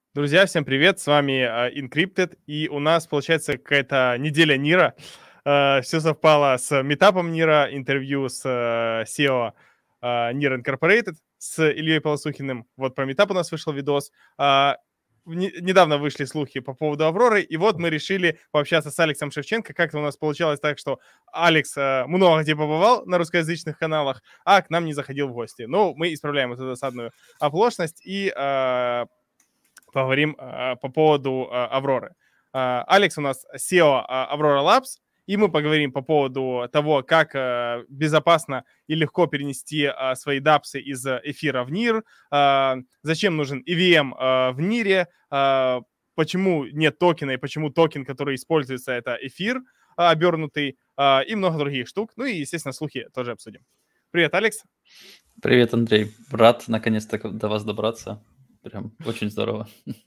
Друзья, всем привет, с вами Encrypted, и у нас получается какая-то неделя Нира. Все совпало с метапом Нира, интервью с SEO Nir Incorporated, с Ильей Полосухиным. Вот про метап у нас вышел видос. Недавно вышли слухи по поводу Авроры, и вот мы решили пообщаться с Алексом Шевченко. Как-то у нас получалось так, что Алекс много где побывал на русскоязычных каналах, а к нам не заходил в гости. Но мы исправляем эту досадную оплошность и поговорим по поводу Авроры. Алекс у нас SEO Aurora Labs, и мы поговорим по поводу того, как безопасно и легко перенести свои дапсы из эфира в NIR, зачем нужен EVM в NIR, почему нет токена и почему токен, который используется, это эфир обернутый, и много других штук. Ну и, естественно, слухи тоже обсудим. Привет, Алекс. Привет, Андрей. Рад наконец-то до вас добраться. Прям очень здорово.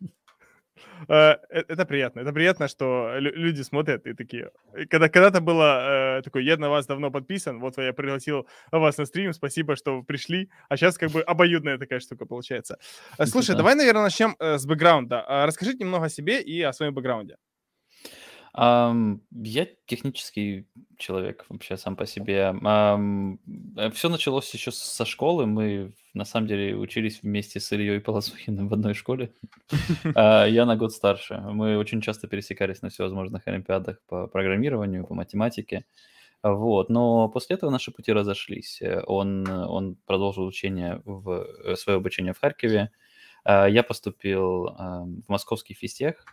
Это приятно. Это приятно, что люди смотрят и такие... Когда-то было такое, я на вас давно подписан, вот я пригласил вас на стрим, спасибо, что пришли. А сейчас как бы обоюдная такая штука получается. Слушай, давай, наверное, начнем с бэкграунда. Расскажите немного о себе и о своем бэкграунде. Я технический человек вообще сам по себе. Все началось еще со школы. Мы на самом деле учились вместе с Ильей Полосухиным в одной школе. Я на год старше. Мы очень часто пересекались на всевозможных олимпиадах по программированию, по математике. Вот. Но после этого наши пути разошлись. Он продолжил свое обучение в Харькове. Я поступил в московский физтех,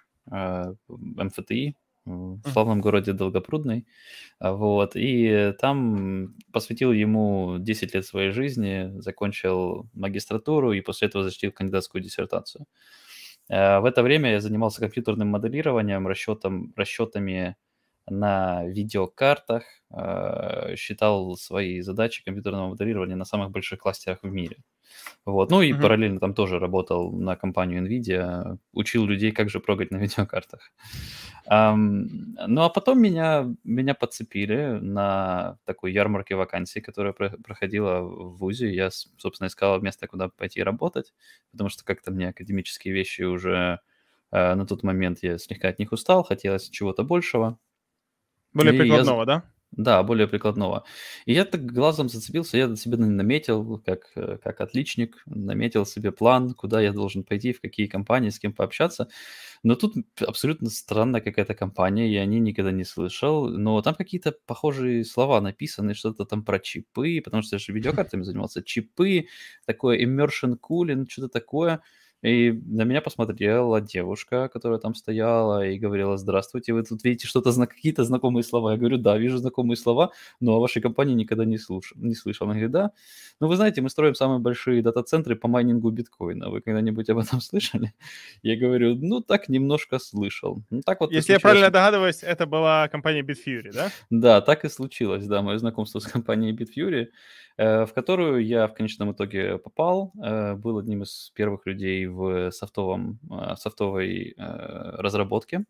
МФТИ, в славном городе Долгопрудный. Вот. И там посвятил ему 10 лет своей жизни, закончил магистратуру и после этого защитил кандидатскую диссертацию. В это время я занимался компьютерным моделированием, расчетами на видеокартах, считал свои задачи компьютерного моделирования на самых больших кластерах в мире. Вот. Ну и параллельно там тоже работал на компанию NVIDIA, учил людей, как же прогать на видеокартах. Ну а потом меня подцепили на такой ярмарке вакансий, которая проходила в ВУЗе. Я, собственно, искал место, куда пойти работать, потому что как-то мне академические вещи уже на тот момент я слегка от них устал, хотелось чего-то большего. Более прикладного, да? Да, более прикладного. И я так глазом зацепился, я себе наметил, как отличник, наметил себе план, куда я должен пойти, в какие компании, с кем пообщаться. Но тут абсолютно странная какая-то компания, я о ней никогда не слышал, но там какие-то похожие слова написаны, что-то там про чипы, потому что я же видеокартами занимался, чипы, такое immersion cooling, что-то такое. И на меня посмотрела девушка, которая там стояла, и говорила: здравствуйте, вы тут видите какие-то знакомые слова? Я говорю: да, вижу знакомые слова, но о вашей компании никогда не слышал. Она говорит: да, ну вы знаете, мы строим самые большие дата-центры по майнингу биткоина. Вы когда-нибудь об этом слышали? Я говорю: ну так, немножко слышал. Ну, так вот Если я правильно догадываюсь, это была компания Bitfury, да? Да, так и случилось, да, мое знакомство с компанией Bitfury, в которую я в конечном итоге попал, был одним из первых людей в софтовой разработке.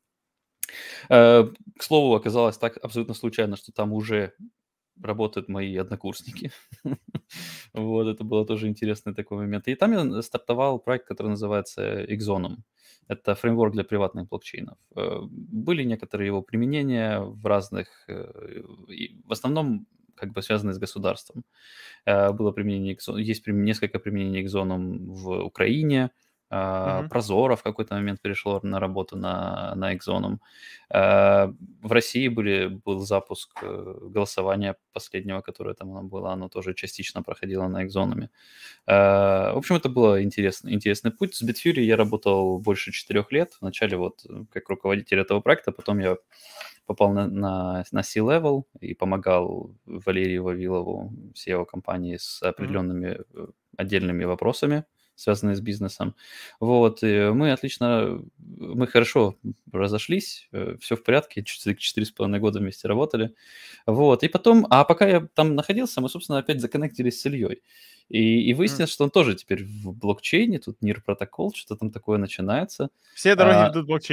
К слову, оказалось так абсолютно случайно, что там уже работают мои однокурсники. Вот, это было тоже интересный такой момент. И там я стартовал проект, который называется Exonum. Это фреймворк для приватных блокчейнов. Были некоторые его применения в разных, в основном как бы связанные с государством. Было применение, есть несколько применений Exonum в Украине. Прозоро в какой-то момент перешло на работу на Exonum. В России был запуск голосования последнего, которое там было, оно тоже частично проходило на Exonum. В общем, это был интересный путь. С Bitfury я работал больше 4 лет. Вначале вот как руководитель этого проекта, потом я попал на C-Level и помогал Валерию Вавилову, SEO-компании, с определенными отдельными вопросами, связанные с бизнесом. Вот, и мы хорошо разошлись, все в порядке, 4,5 года вместе работали. Вот, и потом, пока я там находился, мы, собственно, опять законнектились с Ильей. И выяснилось, что он тоже теперь в блокчейне, тут NIR протокол, что-то там такое начинается. Все дороги ведут в блокчейн.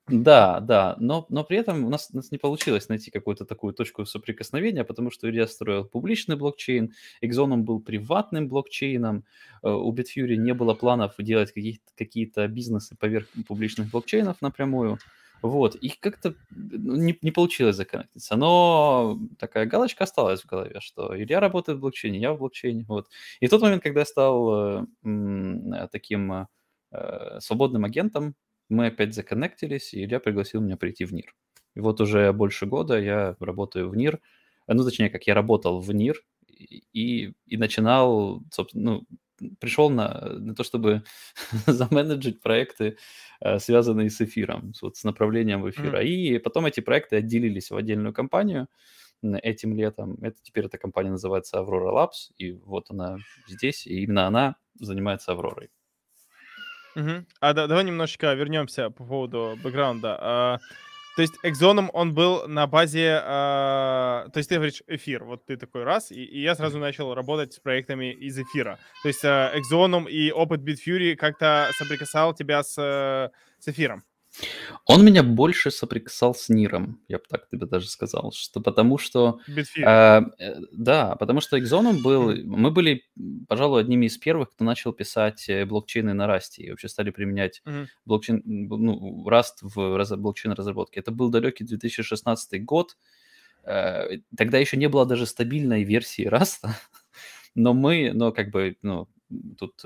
Да, да, но при этом у нас не получилось найти какую-то такую точку соприкосновения, потому что Илья строил публичный блокчейн, Exonum был приватным блокчейном, у Bitfury не было планов делать какие-то бизнесы поверх публичных блокчейнов напрямую. Вот, их как-то не получилось законнектиться, но такая галочка осталась в голове, что Илья работает в блокчейне, я в блокчейне, вот. И в тот момент, когда я стал таким свободным агентом, мы опять законнектились, и Илья пригласил меня прийти в НИР. И вот уже больше года я работаю в НИР. Ну, точнее, как я работал в НИР и начинал, собственно, пришел на то, чтобы заменеджить проекты, связанные с эфиром, с направлением в эфир. Мгм. И потом эти проекты отделились в отдельную компанию этим летом. Теперь эта компания называется Aurora Labs, и вот она здесь, и именно она занимается Авророй. Мгм. Давай немножечко вернемся по поводу бэкграунда. То есть Exonum, он был на базе, то есть ты говоришь эфир, вот ты такой раз, и я сразу начал работать с проектами из эфира. То есть Exonum и опыт Bitfury как-то соприкасал тебя с эфиром. Он меня больше соприкасал с Ниром, я бы так тебе даже сказал, что потому что, Bitfury. да, потому что Exonum был, Мгм. мы были, пожалуй, одними из первых, кто начал писать блокчейны на Rust и вообще стали применять Мгм. блокчейн, Rust в блокчейн-разработке. Это был далекий 2016 год, тогда еще не было даже стабильной версии Rust, но как бы, тут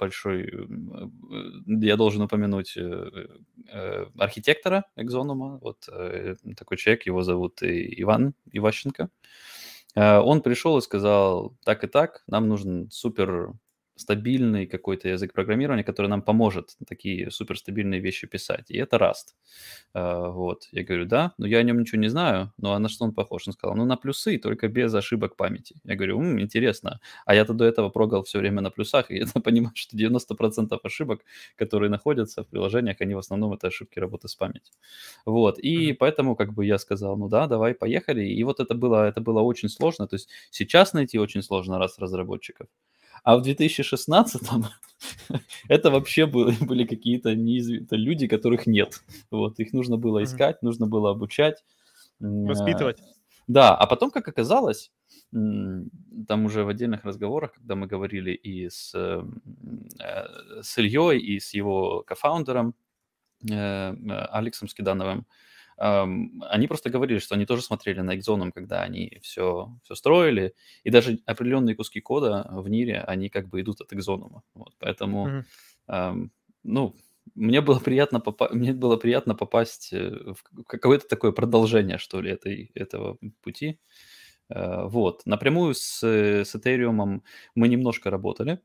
я должен упомянуть архитектора Exonum, вот такой человек, его зовут Иван Иващенко. Он пришел и сказал, так и так, нам нужен супер стабильный какой-то язык программирования, который нам поможет такие суперстабильные вещи писать. И это Rust. Вот. Я говорю, да, но я о нем ничего не знаю. Ну, а на что он похож? Он сказал, ну, на плюсы, только без ошибок памяти. Я говорю, интересно. А я-то до этого прогал все время на плюсах, и я понимаю, что 90% ошибок, которые находятся в приложениях, они в основном это ошибки работы с памятью. Вот. И Мгм. поэтому как бы я сказал, ну да, давай, поехали. И вот это было очень сложно. То есть сейчас найти очень сложно раз разработчиков. А в 2016-м это вообще были какие-то это люди, которых нет. Вот, их нужно было Мгм. искать, нужно было обучать. М, э, Воспитывать. Да, а потом, как оказалось, м, там уже в отдельных разговорах, когда мы говорили и с Ильей, и с его кофаундером Алексом Скидановым, они просто говорили, что они тоже смотрели на Exonum, когда они все строили, и даже определенные куски кода в НИРе, они как бы идут от Exonum. Вот, поэтому, Мгм. ам, ну, мне было приятно попасть в какое-то такое продолжение, что ли, этого пути. Вот. Напрямую с Ethereum мы немножко работали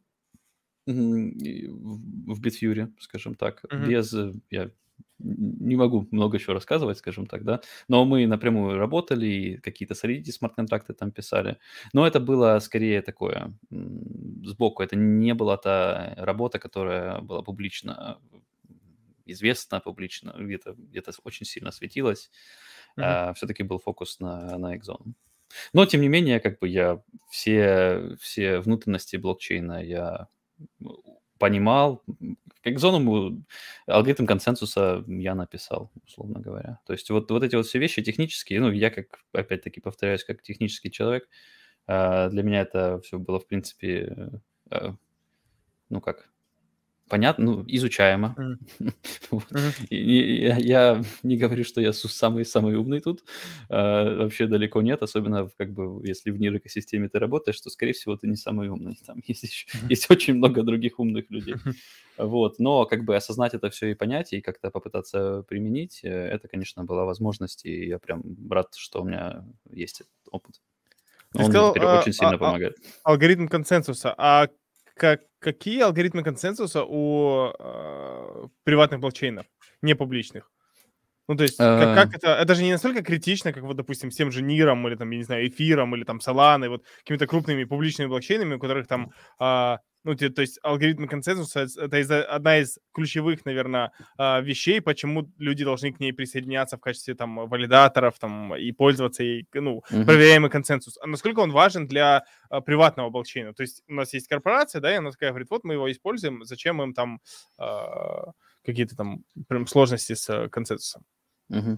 в Bitfury, скажем так. Мгм. Я не могу много чего рассказывать, скажем так, да, но мы напрямую работали и какие-то Solidity смарт-контракты там писали. Но это было скорее такое сбоку. Это не была та работа, которая была публично известна, публично, где-то очень сильно светилась. Мгм. Все-таки был фокус на Exxon. Но, тем не менее, как бы я все внутренности блокчейна я понимал. Как зону алгоритм консенсуса я написал, условно говоря. То есть вот эти вот все вещи технические, я как, опять-таки, повторяюсь, как технический человек, для меня это все было, в принципе, как, понятно, изучаемо. Мгм. Вот. Мгм. И я не говорю, что я самый-самый умный тут. Вообще далеко нет. Особенно, как бы, если в нейроэкосистеме ты работаешь, то, скорее всего, ты не самый умный. Там Мгм. есть очень много других умных людей. Вот. Но как бы осознать это все и понять, и как-то попытаться применить, это, конечно, была возможность, и я прям рад, что у меня есть этот опыт. Ты Он мне сказал, теперь очень сильно помогает. алгоритм консенсуса. А какие алгоритмы консенсуса у приватных блокчейнов, не публичных? Ну, то есть, Э, как это? Это же не настолько критично, как вот, допустим, с тем же Ниром или там, я не знаю, Эфиром или там Соланой, вот какими-то крупными публичными блокчейнами, у которых там, то есть алгоритм консенсуса это одна из ключевых, наверное, вещей, почему люди должны к ней присоединяться в качестве там валидаторов там и пользоваться ей, мгм. проверяемый консенсус. А насколько он важен для приватного блокчейна? То есть у нас есть корпорация, да, и она такая говорит, вот мы его используем, зачем им там какие-то там прям сложности с консенсусом. Мгм.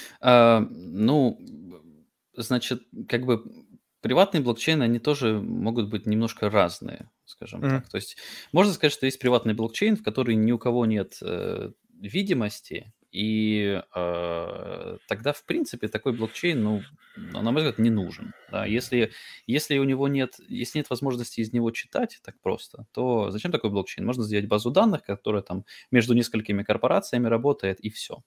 Ну, значит, как бы приватные блокчейны, они тоже могут быть немножко разные, скажем Мгм. так. То есть можно сказать, что есть приватный блокчейн, в который ни у кого нет видимости, и тогда, в принципе, такой блокчейн, ну, на мой взгляд, не нужен. Да? Если у него если нет возможности из него читать так просто, то зачем такой блокчейн? Можно сделать базу данных, которая там между несколькими корпорациями работает, и все.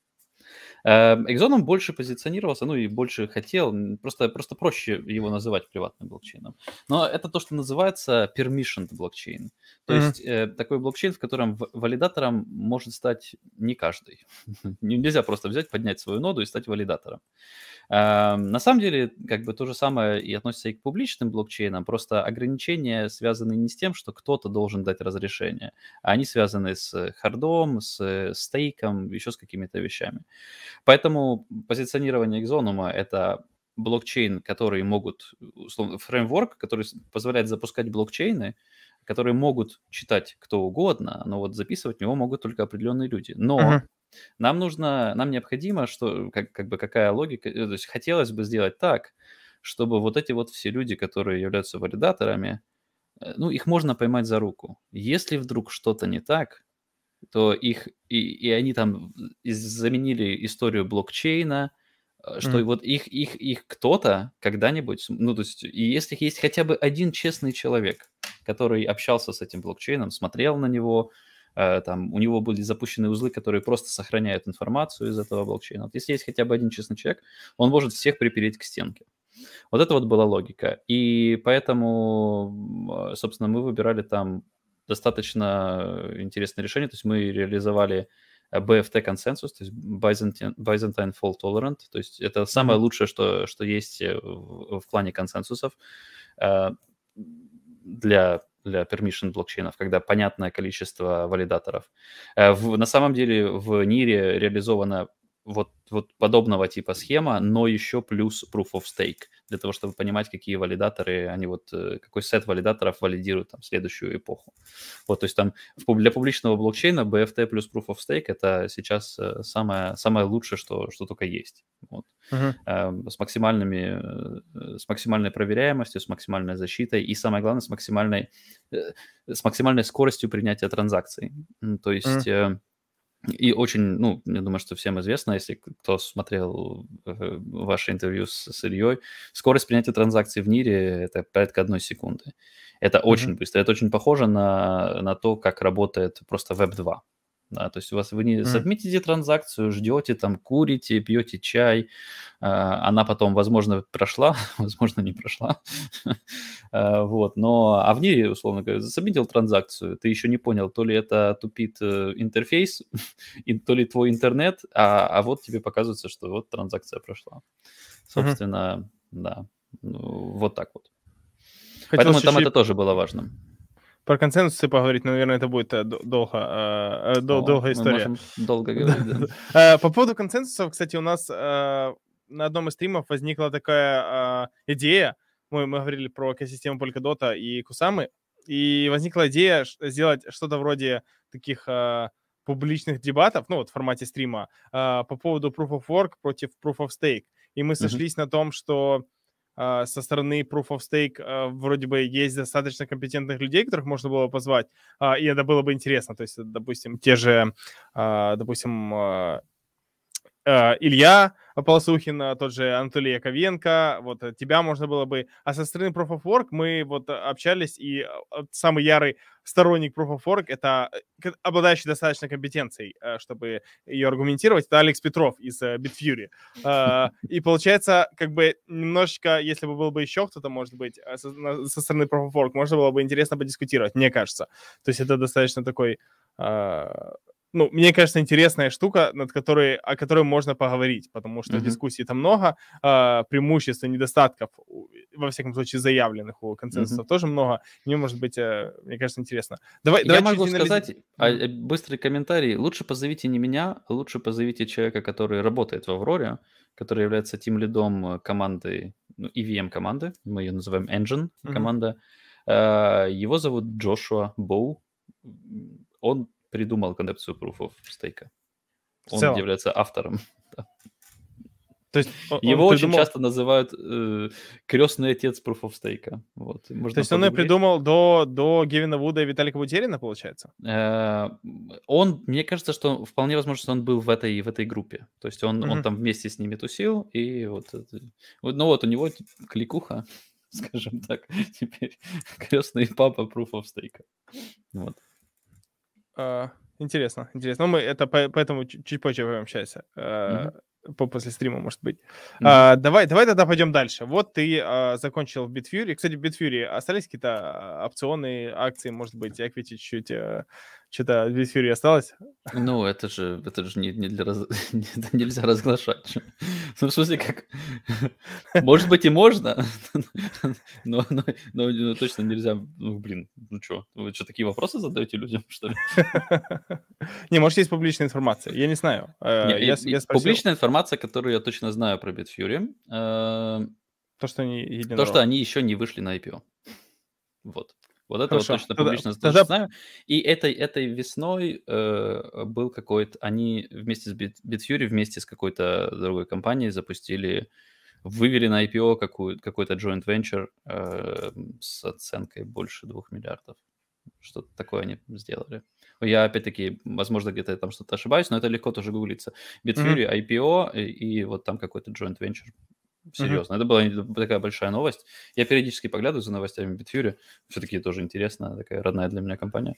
Exxon больше позиционировался, ну и больше хотел, просто проще его называть приватным блокчейном. Но это то, что называется permissioned блокчейн. То Мгм. есть такой блокчейн, в котором валидатором может стать не каждый. Нельзя просто взять, поднять свою ноду и стать валидатором. На самом деле, как бы то же самое и относится и к публичным блокчейнам, просто ограничения связаны не с тем, что кто-то должен дать разрешение, а они связаны с хардом, с стейком, еще с какими-то вещами. Поэтому позиционирование Exonum — это блокчейн, который могут, условно, фреймворк, который позволяет запускать блокчейны, которые могут читать кто угодно, но вот записывать в него могут только определенные люди. Мгм. Но нам необходимо, что, как бы какая логика, то есть хотелось бы сделать так, чтобы вот эти вот все люди, которые являются валидаторами, ну, их можно поймать за руку. Если вдруг что-то не так, то их и они там заменили историю блокчейна, что и Мгм. вот их кто-то когда-нибудь, ну, то есть, и если есть хотя бы один честный человек, который общался с этим блокчейном, смотрел на него, там у него были запущены узлы, которые просто сохраняют информацию из этого блокчейна. Вот если есть хотя бы один честный человек, он может всех припереть к стенке. Вот это вот была логика. И поэтому, собственно, мы выбирали там достаточно интересное решение. То есть мы реализовали BFT-консенсус, то есть Byzantine Fault Tolerant. То есть это самое Мгм. лучшее, что есть в плане консенсусов э, для permission блокчейнов, когда понятное количество валидаторов. На самом деле в НИРе реализована вот подобного типа схема, но еще плюс Proof of Stake, для того, чтобы понимать, какие валидаторы, какой сет валидаторов валидирует там следующую эпоху. Вот, то есть там для публичного блокчейна BFT плюс Proof of Stake — это сейчас самое лучшее, что только есть. Вот. Мгм. С максимальной проверяемостью, с максимальной защитой и, самое главное, э, с максимальной скоростью принятия транзакций. То есть и очень, ну, я думаю, что всем известно, если кто смотрел ваше интервью с Ильей, скорость принятия транзакций в НИРе — это порядка 1 секунды. Это Мгм. очень быстро. Это очень похоже на то, как работает просто Web2. Да, то есть вы не Мгм. сабмитите транзакцию, ждете, там, курите, пьете чай, она потом, возможно, прошла, возможно, не прошла. Вот, а в ней, условно говоря, засабмитил транзакцию, ты еще не понял, то ли это тупит интерфейс, то ли твой интернет, а вот тебе показывается, что вот транзакция прошла. Мгм. Собственно, да, ну, вот так вот. Поэтому Хотелось там еще это и тоже было важным. про консенсусы поговорить, но, наверное, это будет долго, долгая Мы история. можем долго Да, говорить, да. да, да. По поводу консенсусов, кстати, у нас на одном из стримов возникла такая идея. Мы говорили про экосистему Polkadot и Кусамы, и возникла идея сделать что-то вроде таких публичных дебатов, ну вот в формате стрима, по поводу Proof of Work против Proof of Stake. И мы Мгм. сошлись на том, что со стороны Proof of Stake вроде бы есть достаточно компетентных людей, которых можно было позвать, и это было бы интересно. То есть, допустим, те же, допустим, Илья Полосухин, тот же Анатолий Яковенко, вот тебя можно было бы. А со стороны Proof of Work мы вот общались, и самый ярый сторонник Proof of Work — это обладающий достаточной компетенцией, чтобы ее аргументировать, это Алекс Петров из Bitfury. И получается, как бы немножечко, если бы был бы еще кто-то, может быть, со стороны Proof of Work, можно было бы интересно подискутировать, мне кажется. То есть это достаточно такой ну, мне кажется, интересная штука, о которой можно поговорить, потому что Мгм. дискуссий там много, преимуществ и недостатков, во всяком случае, заявленных у Мгм. консенсусов тоже много. Мне может быть, мне кажется, интересно. Давай, Я давай чуть могу финализируем. сказать, быстрый комментарий. Лучше позовите не меня, лучше позовите человека, который работает в Авроре, который является тимлидом команды, ну, EVM команды, мы ее называем Engine команда. Его зовут Джошуа Боу. Он придумал концепцию Proof of Stake. В Он целом. является автором. Да. То есть Его он очень придумал... часто называют крестный отец Proof of Stake. Вот. То Можно есть он ее погуглить. придумал до Гевина Вуда и Виталика Бутерина, получается? Мне кажется, что вполне возможно, что он был в этой группе. То есть он там вместе с ними тусил, и ну вот у него кликуха, скажем так, теперь крестный папа Proof of Stake. Вот. Интересно. Ну, мы это поэтому чуть позже пообщаемся. После стрима, может быть. Давай тогда пойдем дальше. Вот ты закончил в Bitfury. Кстати, в Bitfury остались какие-то опционы, акции, может быть, equity чуть-чуть, что-то в Bitfury осталось? Ну, это же не для это нельзя разглашать. Ну, в смысле, как... Может быть, и можно, но точно нельзя. Ну, блин, ну что, вы что, такие вопросы задаете людям, что ли? Не, может, есть публичная информация. Я не знаю. Я спросил. Публичная информация, которую я точно знаю про Bitfury, То, что они то, единорог. что они еще не вышли на IPO. Вот. Вот это вот Хорошо. точно публично Тогда знаю. И этой весной был какой-то... Они вместе с Bitfury, вместе с какой-то другой компанией вывели на IPO какой-то joint venture с оценкой больше 2 миллиардов. Что-то такое они сделали. Я, опять-таки, возможно, где-то там что-то ошибаюсь, но это легко тоже гуглится. Bitfury, IPO и вот там какой-то joint venture. Серьезно. Это была такая большая новость. Я периодически поглядываю за новостями Bitfury. Все-таки тоже интересно. Такая родная для меня компания.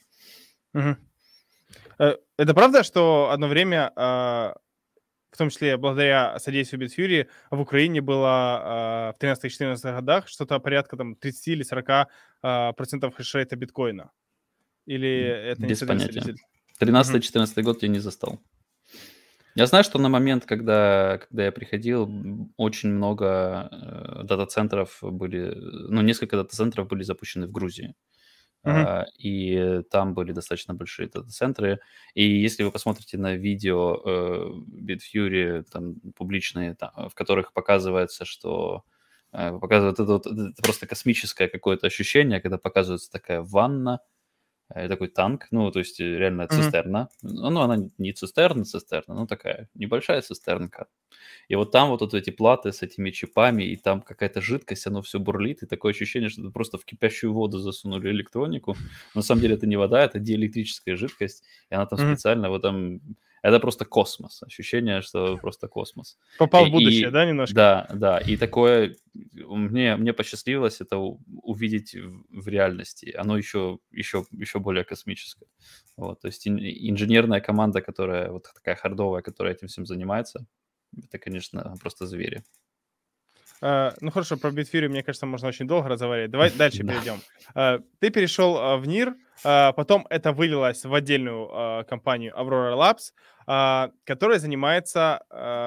Это правда, что одно время, в том числе благодаря содействию Bitfury, в Украине было в 13-14 годах что-то порядка там 30 или 40% хешрейта биткоина? Или это не Без понятия. свидетельствует? 13-14 год я не застал. Я знаю, что на момент, когда я приходил, очень много дата-центров были, несколько дата-центров были запущены в Грузии. И там были достаточно большие дата-центры. И если вы посмотрите на видео Bitfury, там, публичные, в которых показывается, что показывают это просто космическое какое-то ощущение, когда показывается такая ванна, такой танк, то есть реально цистерна. Она не цистерна, такая небольшая цистернка. И вот там вот эти платы с этими чипами, и там какая-то жидкость, оно все бурлит, и такое ощущение, что просто в кипящую воду засунули электронику. Но на самом деле это не вода, это диэлектрическая жидкость, и она там специально вот там... Это просто космос, ощущение, что просто космос. Попал в будущее, да, немножко? Да, и такое... Мне посчастливилось это увидеть в реальности. Оно еще более космическое. Вот, то есть инженерная команда, которая вот такая хардовая, которая этим всем занимается, это, конечно, просто звери. Ну хорошо, про Bitfury, мне кажется, можно очень долго разговаривать. Давай дальше перейдем. Ты перешел в NIR, потом это вылилось в отдельную компанию Aurora Labs, которая занимается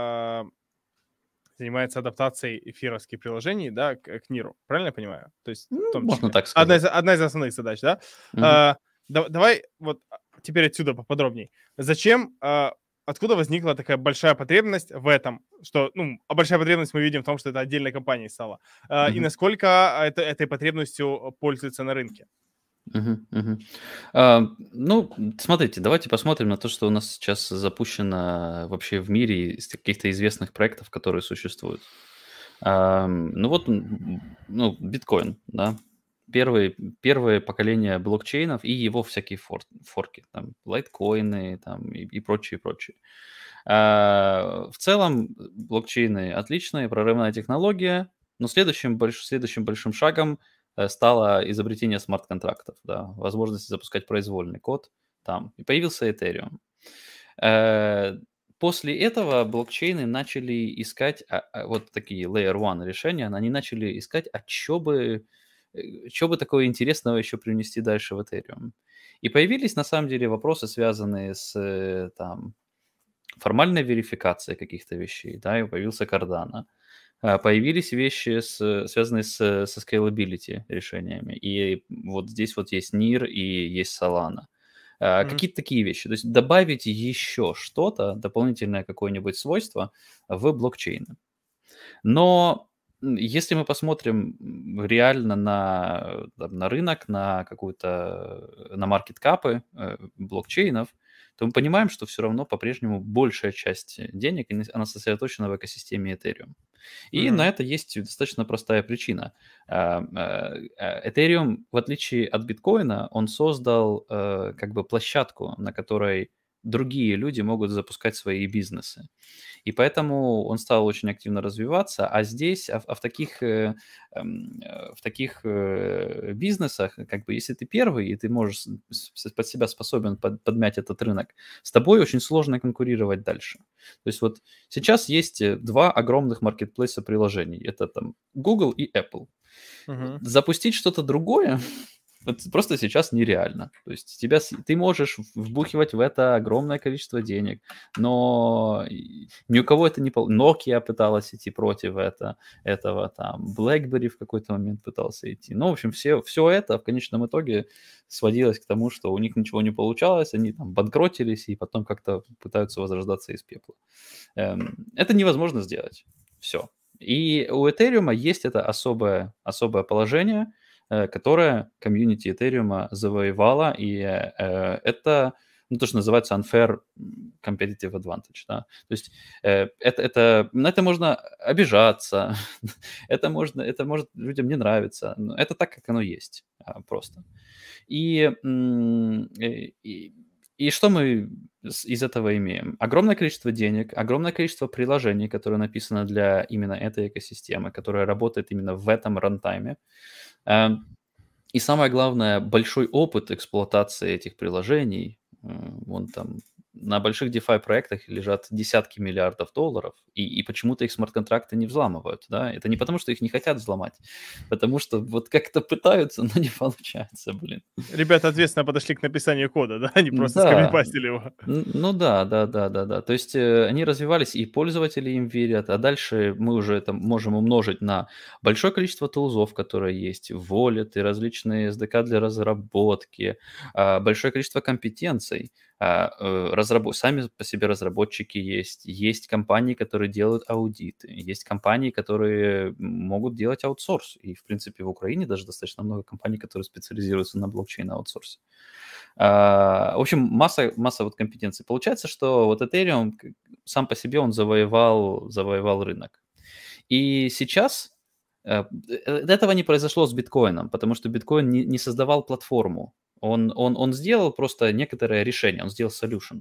адаптацией эфировских приложений, да, к NIR. Правильно я понимаю? То есть, в том Можно числе. так сказать. Одна из основных задач, да? Давай вот теперь отсюда поподробнее. Откуда возникла такая большая потребность в этом? Что, большая потребность мы видим в том, что это отдельной компанией стала. И насколько этой потребностью пользуется на рынке? Смотрите, давайте посмотрим на то, что у нас сейчас запущено вообще в мире из каких-то известных проектов, которые существуют. Биткоин, да. Первое поколение блокчейнов и его всякие форки, там, лайткоины там, и прочее. В целом блокчейны отличные, прорывная технология, но следующим большим шагом стало изобретение смарт-контрактов, да, возможность запускать произвольный код там. И появился Ethereum. После этого блокчейны начали искать, вот такие Layer 1 решения, они начали искать, что бы такое интересного еще привнести дальше в Ethereum. И появились, на самом деле, вопросы, связанные с формальной верификацией каких-то вещей, да, и появился Cardano. Появились вещи, связанные со scalability решениями. И вот здесь вот есть NIR и есть Solana. Какие-то такие вещи. То есть добавить еще что-то, дополнительное какое-нибудь свойство в блокчейны. Но Если мы посмотрим реально на рынок, на на маркеткапы блокчейнов, то мы понимаем, что все равно по-прежнему большая часть денег, она сосредоточена в экосистеме Ethereum. И на это есть достаточно простая причина. Ethereum, в отличие от биткоина, он создал как бы площадку, на которой другие люди могут запускать свои бизнесы. И поэтому он стал очень активно развиваться, а здесь, в таких бизнесах, как бы, если ты первый, и ты можешь под себя способен подмять этот рынок, с тобой очень сложно конкурировать дальше. То есть вот сейчас есть два огромных маркетплейса приложений. Это там Google и Apple. Запустить что-то другое вот просто сейчас нереально. То есть ты можешь вбухивать в это огромное количество денег, но ни у кого это не получилось. Nokia пыталась идти против этого, там, BlackBerry в какой-то момент пытался идти. Ну, в общем, все это в конечном итоге сводилось к тому, что у них ничего не получалось, они там банкротились и потом как-то пытаются возрождаться из пепла. Это невозможно сделать. Все. И у Ethereum есть это особое положение, которое комьюнити Ethereum завоевало, и это то, что называется unfair competitive advantage. Да? То есть на это можно обижаться, это может людям не нравиться, но это так, как оно есть просто. И что мы из этого имеем? Огромное количество денег, огромное количество приложений, которые написаны для именно этой экосистемы, которая работает именно в этом рантайме. И самое главное, большой опыт эксплуатации этих приложений. Вон там на больших DeFi проектах лежат десятки миллиардов долларов, и почему-то их смарт-контракты не взламывают, да? Это не потому, что их не хотят взломать, потому что вот как-то пытаются, но не получается, блин. Ребята ответственно подошли к написанию кода, да? Они просто Да, скопипастили его. ну да. То есть они развивались, и пользователи им верят, а дальше мы уже это можем умножить на большое количество тулзов, которые есть, волеты, различные SDK для разработки, большое количество компетенций. Сами по себе разработчики есть компании, которые делают аудиты, есть компании, которые могут делать аутсорс. И, в принципе, в Украине даже достаточно много компаний, которые специализируются на блокчейн-аутсорсе. В общем, масса вот компетенций. Получается, что вот Ethereum сам по себе он завоевал рынок. И сейчас этого не произошло с биткоином, потому что биткоин не создавал платформу. Он сделал просто некоторое решение, он сделал solution.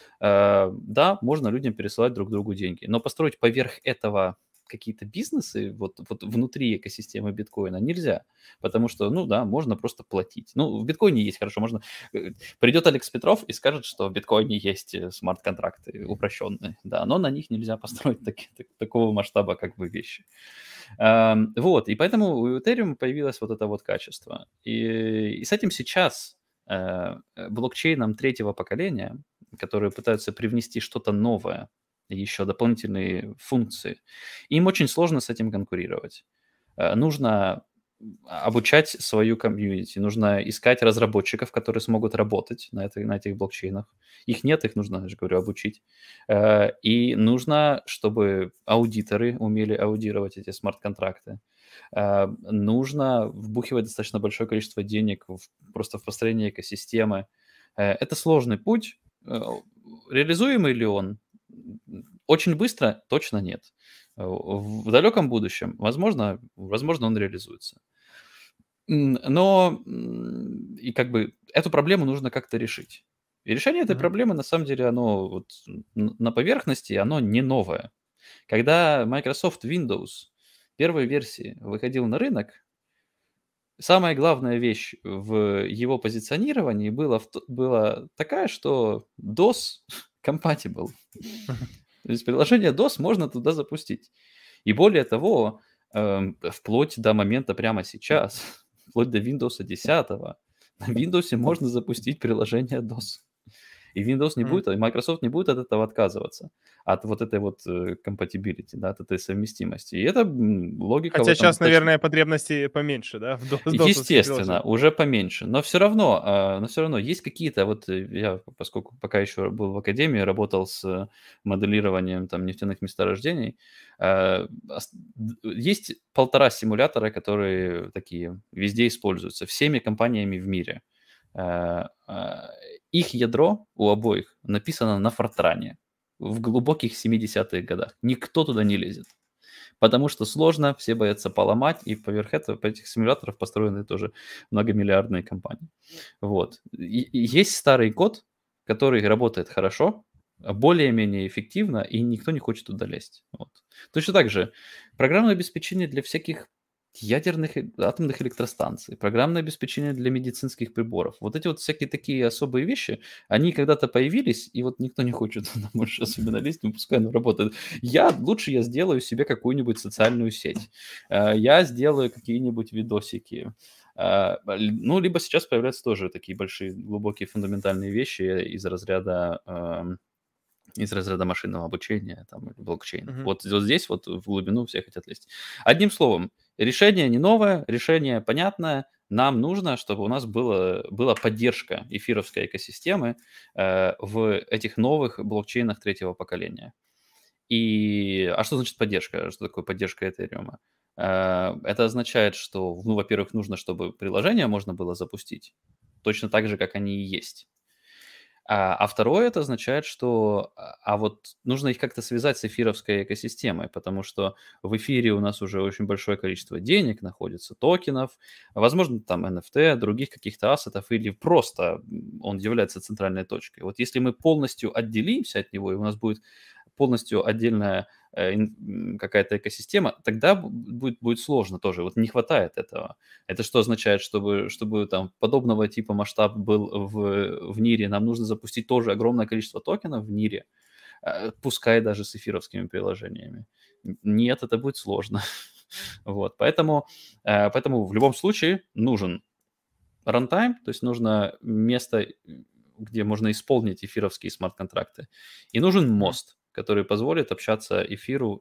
Да, можно людям пересылать друг другу деньги, но построить поверх этого какие-то бизнесы вот внутри экосистемы биткоина нельзя, потому что, ну да, можно просто платить. Ну, в биткоине есть, хорошо, можно... Придет Алекс Петров и скажет, что в биткоине есть смарт-контракты упрощенные, да, но на них нельзя построить такого масштаба как бы вещи. Вот, и поэтому у Ethereum появилось вот это вот качество. И с этим сейчас блокчейном третьего поколения, которые пытаются привнести что-то новое, еще дополнительные функции, им очень сложно с этим конкурировать. Нужно обучать свою комьюнити, нужно искать разработчиков, которые смогут работать на этих блокчейнах. Их нет, их нужно, я же говорю, обучить. И нужно, чтобы аудиторы умели аудировать эти смарт-контракты. Нужно вбухивать достаточно большое количество денег просто в построение экосистемы. Это сложный путь. Реализуемый ли он? Очень быстро? Точно нет. В далеком будущем, возможно, он реализуется. Но и как бы эту проблему нужно как-то решить. И решение этой проблемы, на самом деле, оно вот на поверхности, оно не новое. Когда Microsoft Windows первой версии выходил на рынок, самая главная вещь в его позиционировании была такая, что DOS compatible. То есть приложение DOS можно туда запустить. И более того, вплоть до момента прямо сейчас, вплоть до Windows 10, на Windows можно запустить приложение DOS. И Windows не Мгм. будет, и Microsoft не будет от этого отказываться, от вот этой вот compatibility, да, от этой совместимости. И это логика в Хотя этом сейчас, достаточно. наверное, потребности поменьше, да, в досовских Естественно, приложениях. уже поменьше, но все равно есть какие-то, вот я, поскольку пока еще был в академии, работал с моделированием там нефтяных месторождений, есть 1,5 симулятора, которые такие везде используются всеми компаниями в мире. Э, а, Их ядро у обоих написано на Фортране в глубоких 70-х годах. Никто туда не лезет. Потому что сложно, все боятся поломать, и поверх этого, по этих симуляторов построены тоже многомиллиардные компании. Вот. И есть старый код, который работает хорошо, более-менее эффективно, и никто не хочет туда лезть. Вот. Точно так же программное обеспечение для всяких ядерных атомных электростанций, программное обеспечение для медицинских приборов. Вот эти вот всякие такие особые вещи, они когда-то появились, и вот никто не хочет туда больше особенно лезть, ну пускай оно работает. Лучше я сделаю себе какую-нибудь социальную сеть, я сделаю какие-нибудь видосики. Ну, либо сейчас появляются тоже такие большие, глубокие, фундаментальные вещи из разряда машинного обучения там, или блокчейна. Мгм. Вот здесь вот в глубину все хотят лезть. Одним словом, решение не новое, решение понятное. Нам нужно, чтобы у нас была поддержка эфировской экосистемы в этих новых блокчейнах третьего поколения. А что значит поддержка? Что такое поддержка Эthereum? Это означает, что, ну, во-первых, нужно, чтобы приложение можно было запустить точно так же, как они и есть. Второе, это означает, что вот нужно их как-то связать с эфировской экосистемой, потому что в эфире у нас уже очень большое количество денег находится, токенов, возможно, там NFT, других каких-то ассетов, или просто он является центральной точкой. Вот если мы полностью отделимся от него, и у нас будет полностью отдельная какая-то экосистема, тогда будет сложно тоже. Вот не хватает этого. Это что означает, чтобы там подобного типа масштаб был в НИРе, нам нужно запустить тоже огромное количество токенов в НИРе, пускай даже с эфировскими приложениями. Нет, это будет сложно. Вот, поэтому в любом случае нужен рантайм, то есть нужно место, где можно исполнить эфировские смарт-контракты, и нужен Мгм. мост, который позволит общаться эфиру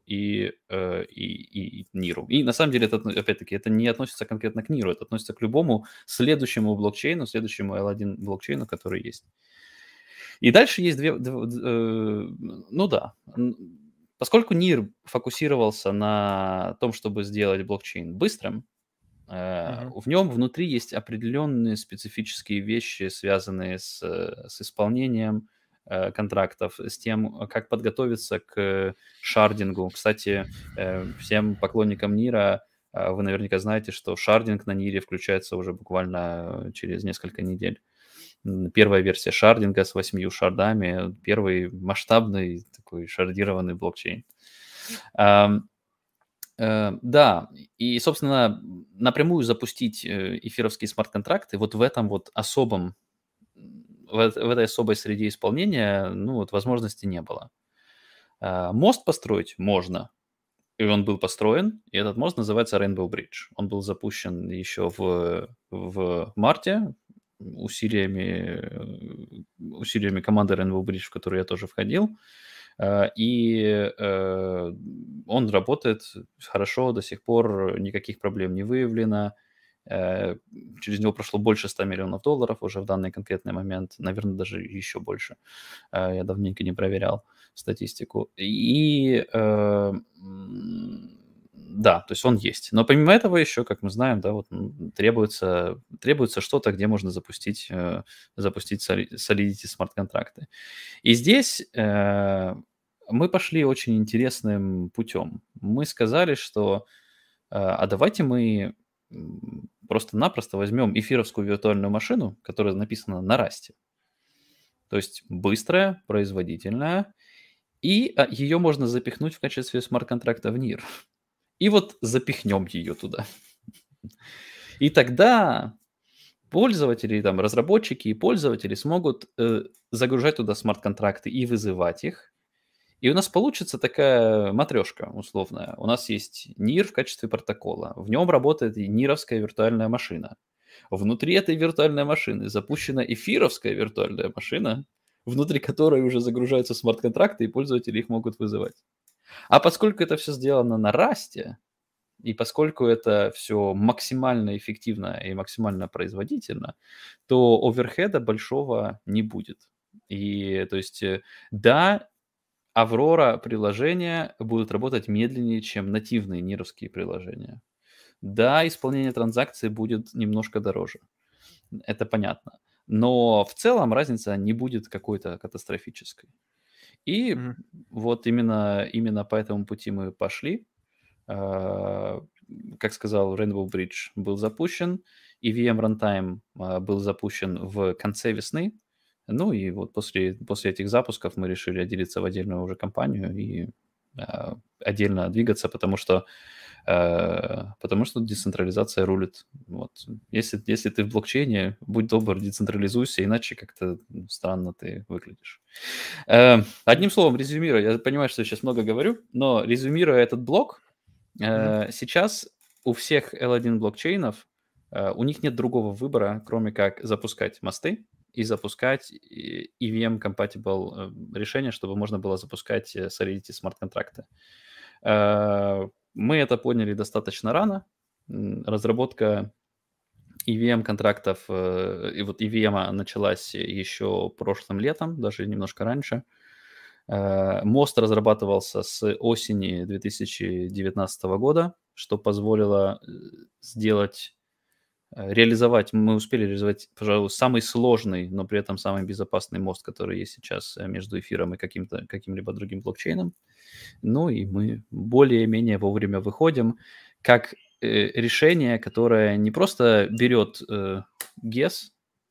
и НИРу. И на самом деле, это, опять-таки, это не относится конкретно к НИРу, это относится к любому следующему блокчейну, следующему L1 блокчейну, который есть. И дальше есть ну да, поскольку НИР фокусировался на том, чтобы сделать блокчейн быстрым, Мгм. в нем внутри есть определенные специфические вещи, связанные с исполнением контрактов, с тем, как подготовиться к шардингу. Кстати, всем поклонникам НИРа вы наверняка знаете, что шардинг на НИРе включается уже буквально через несколько недель. Первая версия шардинга с 8 шардами, первый масштабный такой шардированный блокчейн. Ам, Да, и, собственно, напрямую запустить эфировские смарт-контракты вот в этом вот особом, в этой особой среде исполнения, ну, вот возможности не было. Мост построить можно, и он был построен, и этот мост называется Rainbow Bridge. Он был запущен еще в марте усилиями команды Rainbow Bridge, в которую я тоже входил. Он работает хорошо до сих пор, никаких проблем не выявлено. Э, Через него прошло больше $100 миллионов уже в данный конкретный момент, наверное, даже еще больше. Я давненько не проверял статистику. Да, то есть он есть. Но помимо этого еще, как мы знаем, да, вот требуется что-то, где можно запустить Solidity смарт-контракты. И здесь мы пошли очень интересным путем. Мы сказали, что давайте мы просто-напросто возьмем эфировскую виртуальную машину, которая написана на Расте. То есть быстрая, производительная, и ее можно запихнуть в качестве смарт-контракта в НИР. И вот запихнем ее туда. И тогда пользователи, там, разработчики и пользователи смогут загружать туда смарт-контракты и вызывать их. И у нас получится такая матрешка условная. У нас есть НИР в качестве протокола. В нем работает и НИРовская виртуальная машина. Внутри этой виртуальной машины запущена эфировская виртуальная машина, внутри которой уже загружаются смарт-контракты, и пользователи их могут вызывать. А поскольку это все сделано на Rust, и поскольку это все максимально эффективно и максимально производительно, то оверхеда большого не будет. И то есть, да, Аврора приложения будут работать медленнее, чем нативные нировские приложения. Да, исполнение транзакций будет немножко дороже. Это понятно. Но в целом разница не будет какой-то катастрофической. И Мгм. вот именно по этому пути мы пошли. А, Как сказал, Rainbow Bridge был запущен, EVM Runtime был запущен в конце весны. Ну и вот после этих запусков мы решили отделиться в отдельную уже компанию и отдельно двигаться, потому что децентрализация рулит. Вот. Если ты в блокчейне, будь добр, децентрализуйся, иначе как-то странно ты выглядишь. Мгм. Одним словом, резюмируя, я понимаю, что я сейчас много говорю, но резюмируя этот блок, Мгм. сейчас у всех L1 блокчейнов, у них нет другого выбора, кроме как запускать мосты и запускать EVM-compatible решения, чтобы можно было запускать Solidity смарт-контракты. Мы это поняли достаточно рано. Разработка EVM-контрактов, и вот EVM началась еще прошлым летом, даже немножко раньше. Мост разрабатывался с осени 2019 года, что позволило реализовать, мы успели реализовать, пожалуй, самый сложный, но при этом самый безопасный мост, который есть сейчас между эфиром и каким-либо другим блокчейном. Ну и мы более-менее вовремя выходим как решение, которое не просто берет GES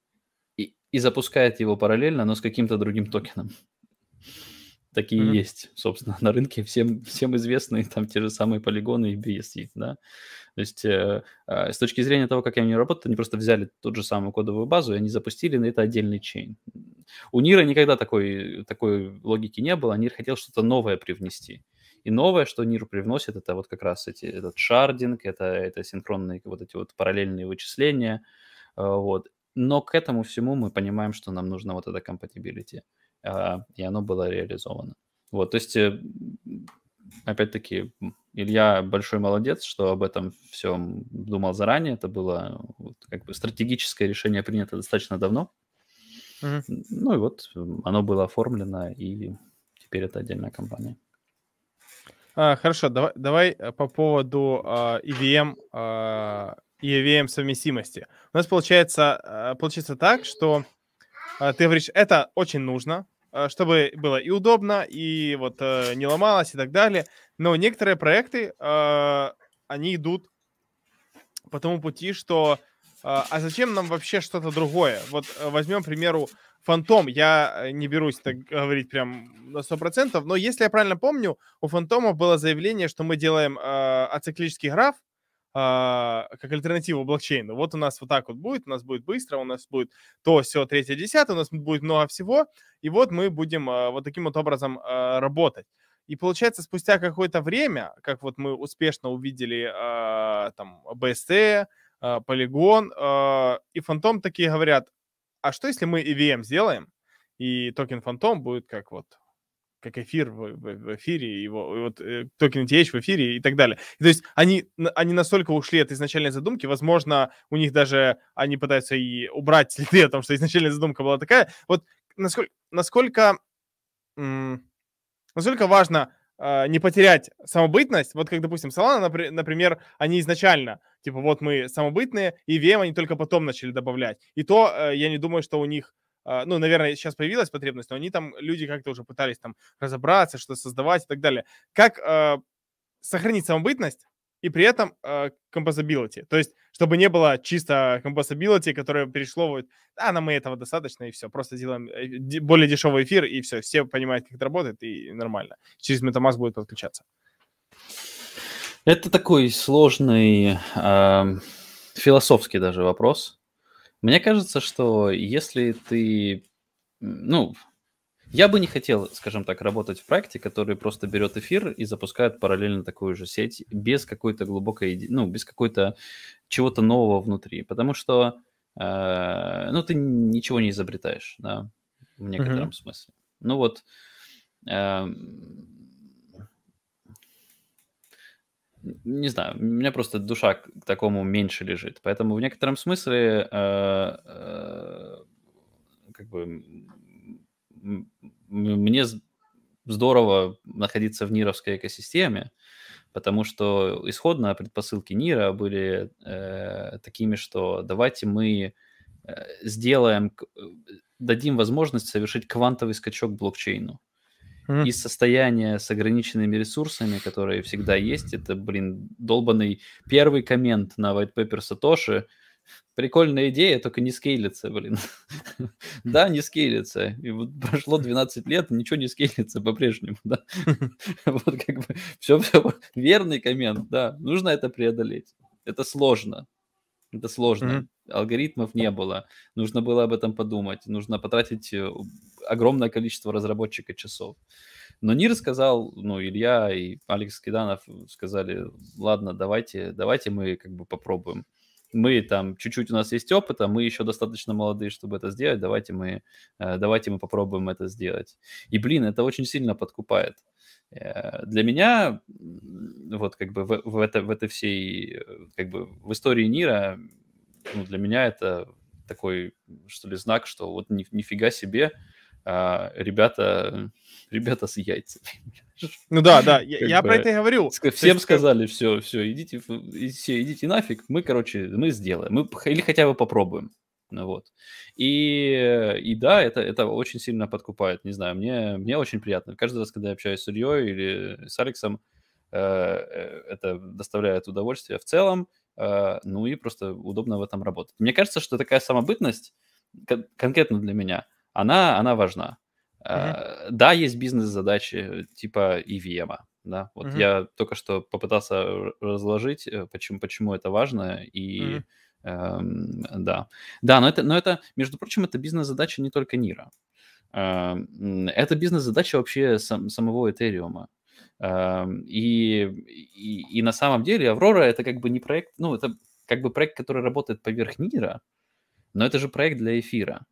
и запускает его параллельно, но с каким-то другим токеном. Такие Мгм. есть, собственно, на рынке всем известные там те же самые полигоны и BSC, да. То есть с точки зрения того, как они работают, они просто взяли ту же самую кодовую базу, и они запустили на это отдельный чейн. У Нира никогда такой логики не было, Нир хотел что-то новое привнести. И новое, что Нир привносит, это вот как раз этот шардинг, это синхронные вот эти вот параллельные вычисления, вот. Но к этому всему мы понимаем, что нам нужно вот это compatibility, и оно было реализовано. Вот, то есть, опять-таки, Илья большой молодец, что об этом всем думал заранее. Это было вот как бы стратегическое решение принято достаточно давно. Мгм. Ну и вот оно было оформлено, и теперь это отдельная компания. Хорошо, давай по поводу EVM, и EVM совместимости. У нас получится так, что ты говоришь, это очень нужно, чтобы было и удобно, и вот не ломалось и так далее. Но некоторые проекты, они идут по тому пути, что а зачем нам вообще что-то другое? Вот возьмем, к примеру, Фантом. Я не берусь так говорить прям на 100%, но если я правильно помню, у Фантома было заявление, что мы делаем ациклический граф как альтернативу блокчейну. Вот у нас вот так вот будет, у нас будет быстро, у нас будет то, все, третье, десятое, у нас будет много всего, и вот мы будем вот таким вот образом работать. И получается, спустя какое-то время, как вот мы успешно увидели там BST, Polygon и Phantom такие говорят, а что если мы EVM сделаем, и токен Phantom будет как эфир в эфире, его, и вот токен ETH в эфире и так далее. И то есть они настолько ушли от изначальной задумки, возможно, у них даже они пытаются и убрать следы о том, что изначальная задумка была такая. Вот насколько важно не потерять самобытность. Вот как, допустим, Solana, например, они изначально, типа, вот мы самобытные, и VM они только потом начали добавлять. И то я не думаю, что у них, ну, наверное, сейчас появилась потребность, но они там, люди как-то уже пытались там разобраться, что создавать и так далее. Как сохранить самобытность и при этом composability. То есть, чтобы не было чисто composability, которое перешло вот, нам и этого достаточно, и все. Просто делаем более дешевый эфир, и все понимают, как это работает, и нормально. Через MetaMask будет подключаться. Это такой сложный, философский даже вопрос. Мне кажется, что если ты, ну, я бы не хотел, скажем так, работать в проекте, который просто берет эфир и запускает параллельно такую же сеть без какой-то глубокой ну, без какой-то чего-то нового внутри. Потому что, ну, ты ничего не изобретаешь, да. в некотором смысле. Ну вот, не знаю, у меня просто душа к такому меньше лежит. Поэтому в некотором смысле, как бы, мне здорово находиться в нировской экосистеме, потому что исходно предпосылки Нира были такими, что давайте мы сделаем, дадим возможность совершить квантовый скачок блокчейну. Из состояния с ограниченными ресурсами, которые всегда есть, это, долбанный первый коммент на white paper Сатоши. Прикольная идея, только не скейлится, Да, не скейлится. И вот прошло 12 лет, ничего не скейлится по-прежнему, да. Вот как бы все верный коммент, да. Нужно это преодолеть. Это сложно. Это сложно. Алгоритмов не было. Нужно было об этом подумать. Нужно потратить огромное количество разработчика часов. Но Нир сказал, Илья и Алекс Киданов сказали, ладно, давайте мы как бы попробуем. Мы там, чуть-чуть у нас есть опыта, мы еще достаточно молодые, чтобы это сделать, давайте мы попробуем это сделать. И, это очень сильно подкупает. Для меня, вот как бы в этой всей, как бы в истории Нира, для меня это такой, что ли, знак, что вот нифига себе, ребята с яйцами. Ну да, я про это и говорю. Всем сказали, все, идите нафиг, мы сделаем, или хотя бы попробуем. Вот. И да, это очень сильно подкупает, не знаю, мне очень приятно. Каждый раз, когда я общаюсь с Ильей или с Алексом, это доставляет удовольствие в целом, и просто удобно в этом работать. Мне кажется, что такая самобытность, конкретно для меня, она важна. Да, есть бизнес-задачи типа EVM. Да? Вот я только что попытался разложить, почему это важно, и да. Да, но это, между прочим, это бизнес-задача не только Нира. Это бизнес-задача вообще самого Этериума. И на самом деле Аврора это как бы не проект, это как бы проект, который работает поверх Нира, но это же проект для эфира.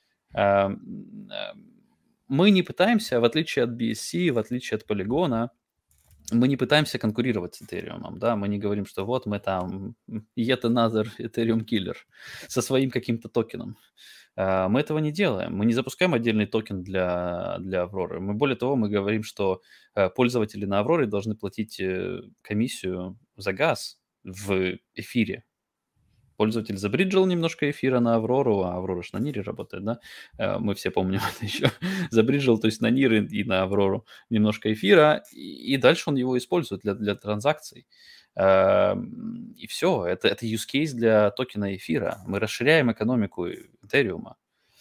Мы не пытаемся, в отличие от BSC, в отличие от Полигона, мы не пытаемся конкурировать с Ethereum, да, мы не говорим, что вот мы там yet another Ethereum killer со своим каким-то токеном. Мы этого не делаем, мы не запускаем отдельный токен для Авроры. Более того, мы говорим, что пользователи на Авроре должны платить комиссию за газ в эфире. Пользователь забриджил немножко эфира на Аврору, а Аврора же на Нире работает, да? Мы все помним это еще. Забриджил, то есть на Нир и на Аврору немножко эфира, и дальше он его использует для транзакций. И все, это use case для токена эфира. Мы расширяем экономику Этериума.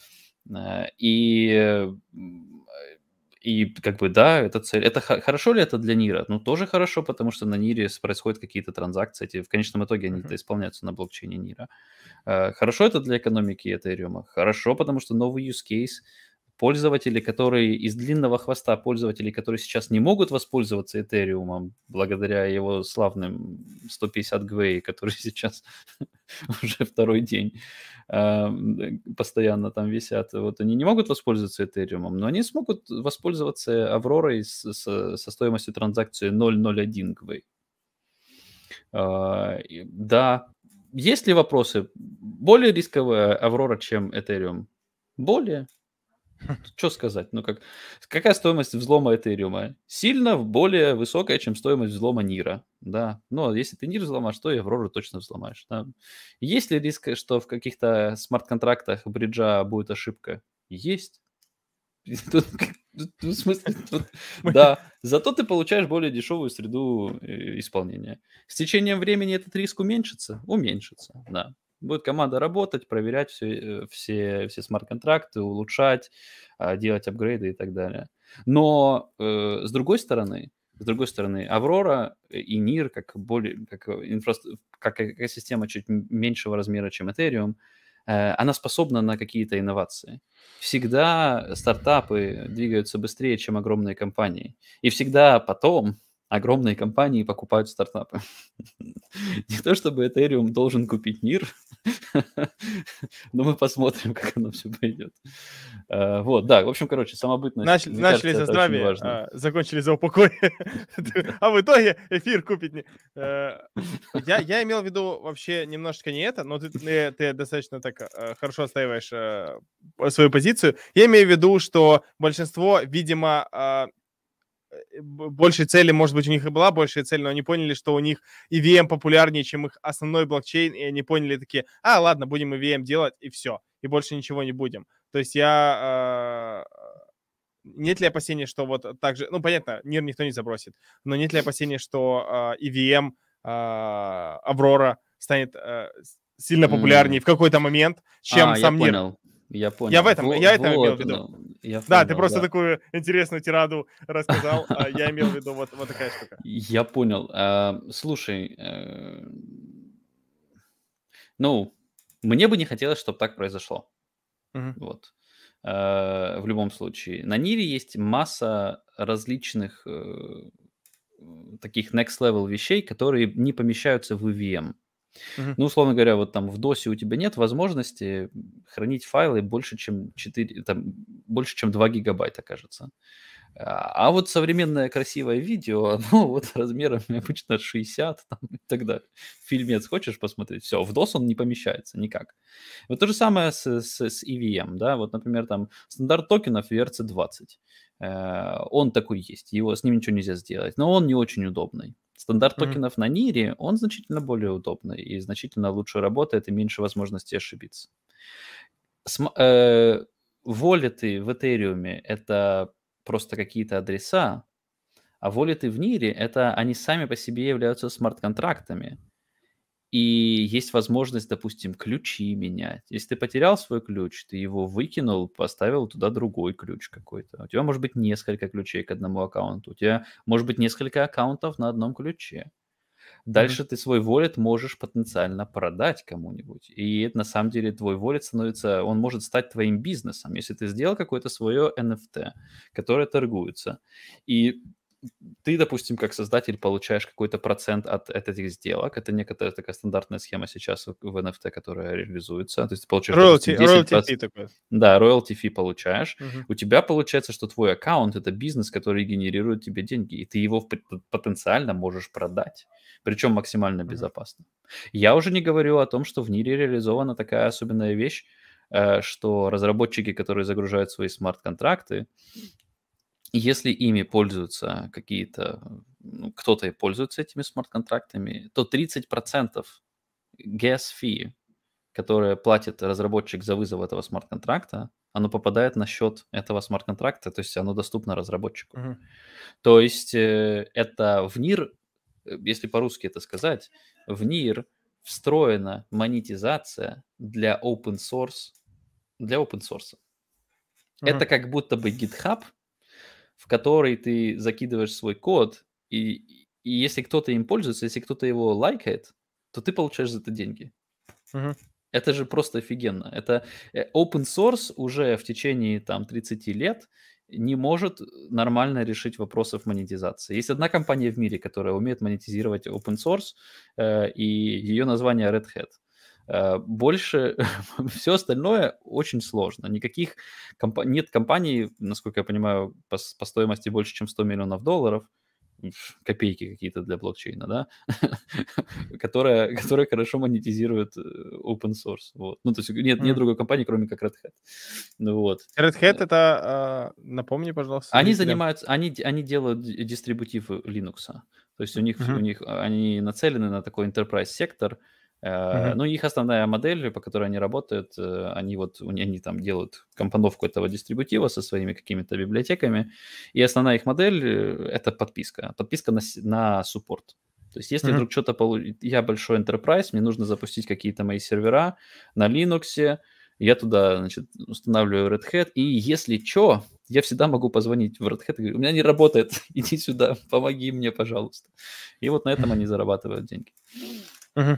И как бы, да, это цель. Это хорошо ли это для Нира? Тоже хорошо, потому что на Нире происходят какие-то транзакции. В конечном итоге они исполняются на блокчейне Нира. Хорошо это для экономики Этериума? Хорошо, потому что новый use case. Пользователи, которые из длинного хвоста пользователей, которые сейчас не могут воспользоваться Этериумом благодаря его славным 150 гвей, которые сейчас уже второй день постоянно там висят. Вот они не могут воспользоваться Этериумом, но они смогут воспользоваться Авророй со стоимостью транзакции 0.01 гвей. Да. Есть ли вопросы? Более рисковая Аврора, чем Этериум? Более. Что сказать? Какая стоимость взлома Этериума? Сильно более высокая, чем стоимость взлома Нира. Да. Но если ты Нир взломаешь, то и Аврору точно взломаешь. Да. Есть ли риск, что в каких-то смарт-контрактах бриджа будет ошибка? Есть. В смысле, да. Зато ты получаешь более дешевую среду исполнения. С течением времени этот риск уменьшится? Уменьшится, да. Будет команда работать, проверять все смарт-контракты, улучшать, делать апгрейды и так далее. Но с другой стороны, Аврора и Нир, как экосистема чуть меньшего размера, чем Ethereum, она способна на какие-то инновации. Всегда стартапы двигаются быстрее, чем огромные компании. И всегда потом огромные компании покупают стартапы. Не то чтобы Ethereum должен купить мир, но мы посмотрим, как оно все пойдет. Вот, да, в общем, короче, самобытность, мне Начали кажется, за это очень здравие, важно. закончили за упокой. А в итоге эфир купить не... Я имел в виду вообще немножечко не это, но ты достаточно так хорошо отстаиваешь свою позицию. Я имею в виду, что большинство, видимо, большей цели, может быть, у них и была большая цель, но они поняли, что у них EVM популярнее, чем их основной блокчейн, и они поняли такие, ладно, будем EVM делать, и все, и больше ничего не будем. То есть нет ли опасения, что вот так же, ну, понятно, мир никто не забросит, но нет ли опасения, что EVM, Аврора станет сильно популярнее в какой-то момент, чем Я сам мир? понял, я Я понял. это имел в Вот виду. оно, я Да, ты понял, просто да. такую интересную тираду рассказал, а я имел в виду вот такая штука. Я понял. Слушай, ну, мне бы не хотелось, чтобы так произошло. Мгм. Вот. В любом случае. На Нире есть масса различных таких next level вещей, которые не помещаются в EVM. Мгм. Ну, условно говоря, вот там в DOS у тебя нет возможности хранить файлы больше, чем 4, там, больше, чем 2 гигабайта, кажется. А вот современное красивое видео, оно вот размерами обычно 60 там, и так далее. Фильмец хочешь посмотреть? Все, в DOS он не помещается никак. Вот то же самое с EVM, да, вот, например, там стандарт токенов ERC-20. Он такой есть, его, с ним ничего нельзя сделать, но он не очень удобный. Стандарт Мгм. токенов на Нире, он значительно более удобный и значительно лучше работает, и меньше возможности ошибиться. Волеты в Этериуме — это просто какие-то адреса, а волеты в Нире — это они сами по себе являются смарт-контрактами. И есть возможность, допустим, ключи менять. Если ты потерял свой ключ, ты его выкинул, поставил туда другой ключ какой-то. У тебя может быть несколько ключей к одному аккаунту. У тебя может быть несколько аккаунтов на одном ключе. Мгм. Дальше ты свой wallet можешь потенциально продать кому-нибудь. И это, на самом деле твой wallet становится, он может стать твоим бизнесом, если ты сделал какое-то свое NFT, которое торгуется. И ты, допустим, как создатель получаешь какой-то процент от этих сделок. Это некоторая такая стандартная схема сейчас в NFT, которая реализуется. То есть ты получаешь, допустим, Royalty 10%. fee такой. Да, royalty fee получаешь. Мгм. У тебя получается, что твой аккаунт — это бизнес, который генерирует тебе деньги, и ты его потенциально можешь продать, причем максимально Мгм. безопасно. Я уже не говорю о том, что в мире реализована такая особенная вещь, что разработчики, которые загружают свои смарт-контракты, если ими пользуются какие-то, ну, кто-то и пользуется этими смарт-контрактами, то 30% gas fee, которое платит разработчик за вызов этого смарт-контракта, оно попадает на счет этого смарт-контракта, то есть оно доступно разработчику. Мгм. То есть это в НИР, если по-русски это сказать, в НИР встроена монетизация для open source, для open source. Мгм. Это как будто бы GitHub, в который ты закидываешь свой код, и если кто-то им пользуется, если кто-то его лайкает, то ты получаешь за это деньги. Мгм. Это же просто офигенно. Это open source уже в течение там 30 лет не может нормально решить вопросов монетизации. Есть одна компания в мире, которая умеет монетизировать open source, и ее название Red Hat. Больше все остальное очень сложно. Никаких нет компаний, насколько я понимаю, по стоимости больше, чем $100 миллионов, копейки какие-то для блокчейна, да, которая хорошо монетизирует open source. Вот. Ну, то есть нет Мгм. другой компании, кроме как Red Hat. Ну, вот. Red Hat это, напомни, пожалуйста, Они зрителям. занимаются, они делают дистрибутив Linux. То есть у Мгм. них они нацелены на такой enterprise сектор. Мгм. Ну, их основная модель, по которой они работают, они там делают компоновку этого дистрибутива со своими какими-то библиотеками. И основная их модель это подписка. Подписка на суппорт. То есть, если Мгм. вдруг что-то я большой enterprise, мне нужно запустить какие-то мои сервера на Linux, я туда, значит, устанавливаю Red Hat, и если что, я всегда могу позвонить в Red Hat и говорю: у меня не работает, иди сюда, помоги мне, пожалуйста. И вот на этом они зарабатывают деньги. Мгм.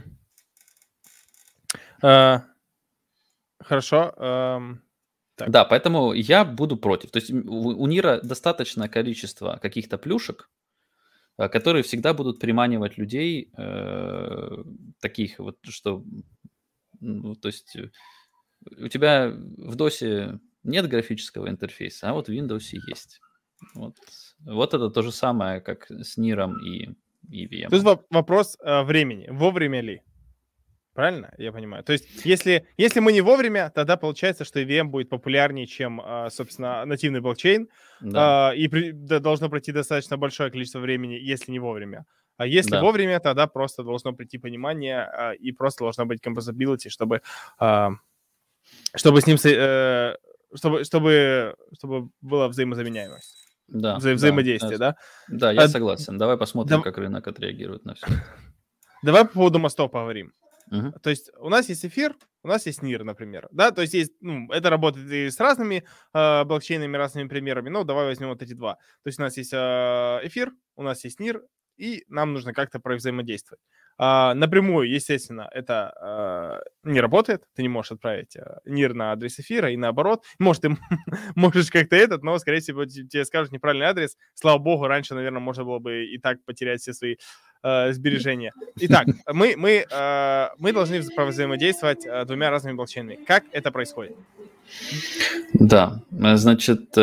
А, Хорошо. Так. Да, поэтому я буду против. То есть у Нира достаточно количества каких-то плюшек, которые всегда будут приманивать людей, таких вот, что, то есть у тебя в DOS нет графического интерфейса, а вот в Windows есть. Вот это то же самое, как с NIR и Тут VM. вопрос времени. Вовремя ли? Правильно я понимаю? То есть, если мы не вовремя, тогда получается, что EVM будет популярнее, чем, собственно, нативный блокчейн. Да, Должно пройти достаточно большое количество времени, если не вовремя. А если да, вовремя, тогда просто должно прийти понимание, и просто должна быть composability, чтобы с ним, чтобы была взаимозаменяемость, да, да, взаимодействие, да? да, я А, согласен. Давай посмотрим, дав- как рынок отреагирует на все это. Давай по поводу мостов поговорим. Мгм. То есть у нас есть эфир, у нас есть NIR, например, да, то есть это работает и с разными блокчейнами, разными примерами, но давай возьмем вот эти два. То есть у нас есть эфир, у нас есть NIR, и нам нужно как-то взаимодействовать. Напрямую, естественно, это не работает, ты не можешь отправить NIR на адрес эфира и наоборот. Может, ты можешь как-то но, скорее всего, тебе скажут неправильный адрес. Слава богу, раньше, наверное, можно было бы и так потерять все свои сбережения. Итак, мы должны взаимодействовать двумя разными блокчейнами. Как это происходит? Да, значит,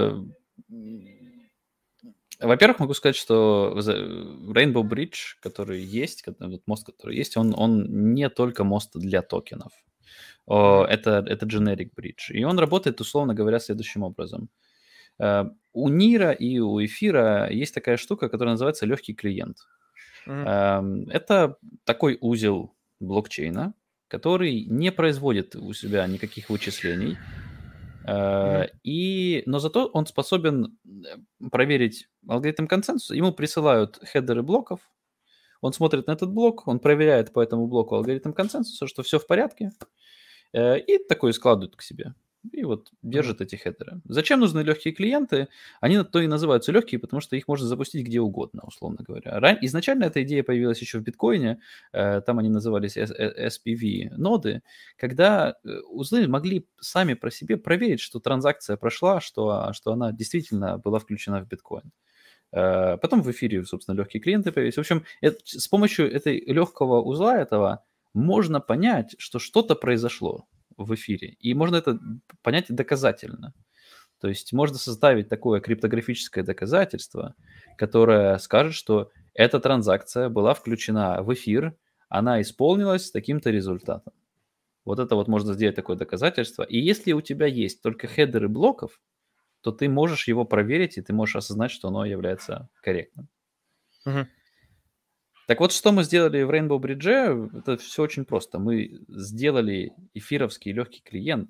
во-первых, могу сказать, что Rainbow Bridge, который есть, вот мост, который есть, он не только мост для токенов. Мгм. Это generic bridge. И он работает, условно говоря, следующим образом. У Нира и у Эфира есть такая штука, которая называется легкий клиент. Мгм. Это такой узел блокчейна, который не производит у себя никаких вычислений, Мгм. но зато он способен проверить алгоритм консенсуса. Ему присылают хедеры блоков, он смотрит на этот блок, он проверяет по этому блоку алгоритм консенсуса, что все в порядке, и такой складывает к себе. И вот Мгм. держит эти хедеры. Зачем нужны легкие клиенты? Они на то и называются легкие, потому что их можно запустить где угодно, условно говоря. Изначально эта идея появилась еще в биткоине, там они назывались SPV-ноды, когда узлы могли сами про себе проверить, что транзакция прошла, что она действительно была включена в биткоин. Потом в эфире, собственно, легкие клиенты появились. В общем, с помощью этой легкого узла этого можно понять, что что-то произошло в эфире. И можно это понять доказательно. То есть можно составить такое криптографическое доказательство, которое скажет, что эта транзакция была включена в эфир, она исполнилась с таким-то результатом. Вот это вот можно сделать такое доказательство. И если у тебя есть только хедеры блоков, то ты можешь его проверить, и ты можешь осознать, что оно является корректным. Мгм. Так вот, что мы сделали в Rainbow Bridge, это все очень просто. Мы сделали эфировский легкий клиент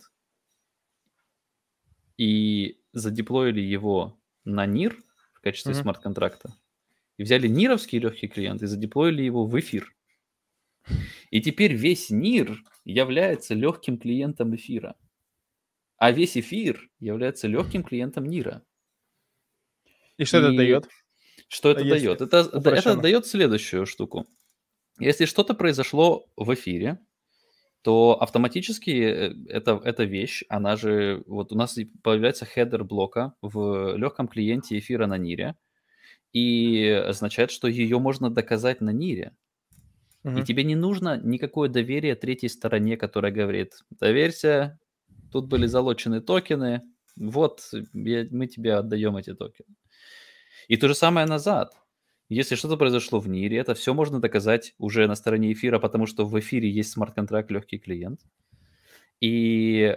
и задеплоили его на NIR в качестве Мгм. смарт-контракта. И взяли нировский легкий клиент и задеплоили его в эфир. И теперь весь NIR является легким клиентом эфира, а весь эфир является легким клиентом NIR. И что это И дает, что это если дает? Это упрощенно? дает следующую штуку. Если что-то произошло в эфире, то автоматически эта вещь, она же, вот у нас появляется хедер блока в легком клиенте эфира на нире, и означает, что ее можно доказать на нире. И Мгм. тебе не нужно никакое доверие третьей стороне, которая говорит, доверься, тут были залочены токены, вот мы тебе отдаем эти токены. И то же самое назад. Если что-то произошло в нире, это все можно доказать уже на стороне эфира, потому что в эфире есть смарт-контракт, легкий клиент. И,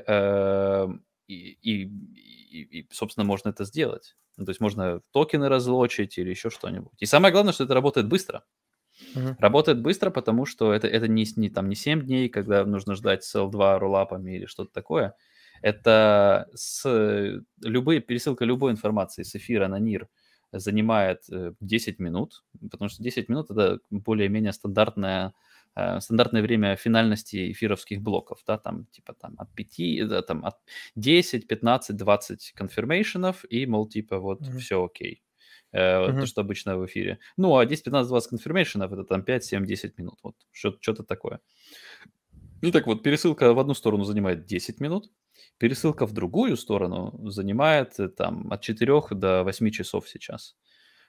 собственно, можно это сделать. Ну, то есть можно токены разлочить или еще что-нибудь. И самое главное, что это работает быстро. Мгм. Работает быстро, потому что это не 7 дней, когда нужно ждать с L2 роллапами или что-то такое. Это пересылка любой информации с эфира на NIR занимает 10 минут, потому что 10 минут это более-менее стандартное время финальности эфировских блоков, да, там типа там от 5, да, там от 10, 15, 20 конфирмейшенов и, мол, типа вот Мгм. все окей. То, Мгм. что обычно в эфире. Ну, а 10, 15, 20 конфирмейшенов это там 5, 7, 10 минут. Вот что-то такое. И так вот, пересылка в одну сторону занимает 10 минут, пересылка в другую сторону занимает там от 4 до 8 часов сейчас.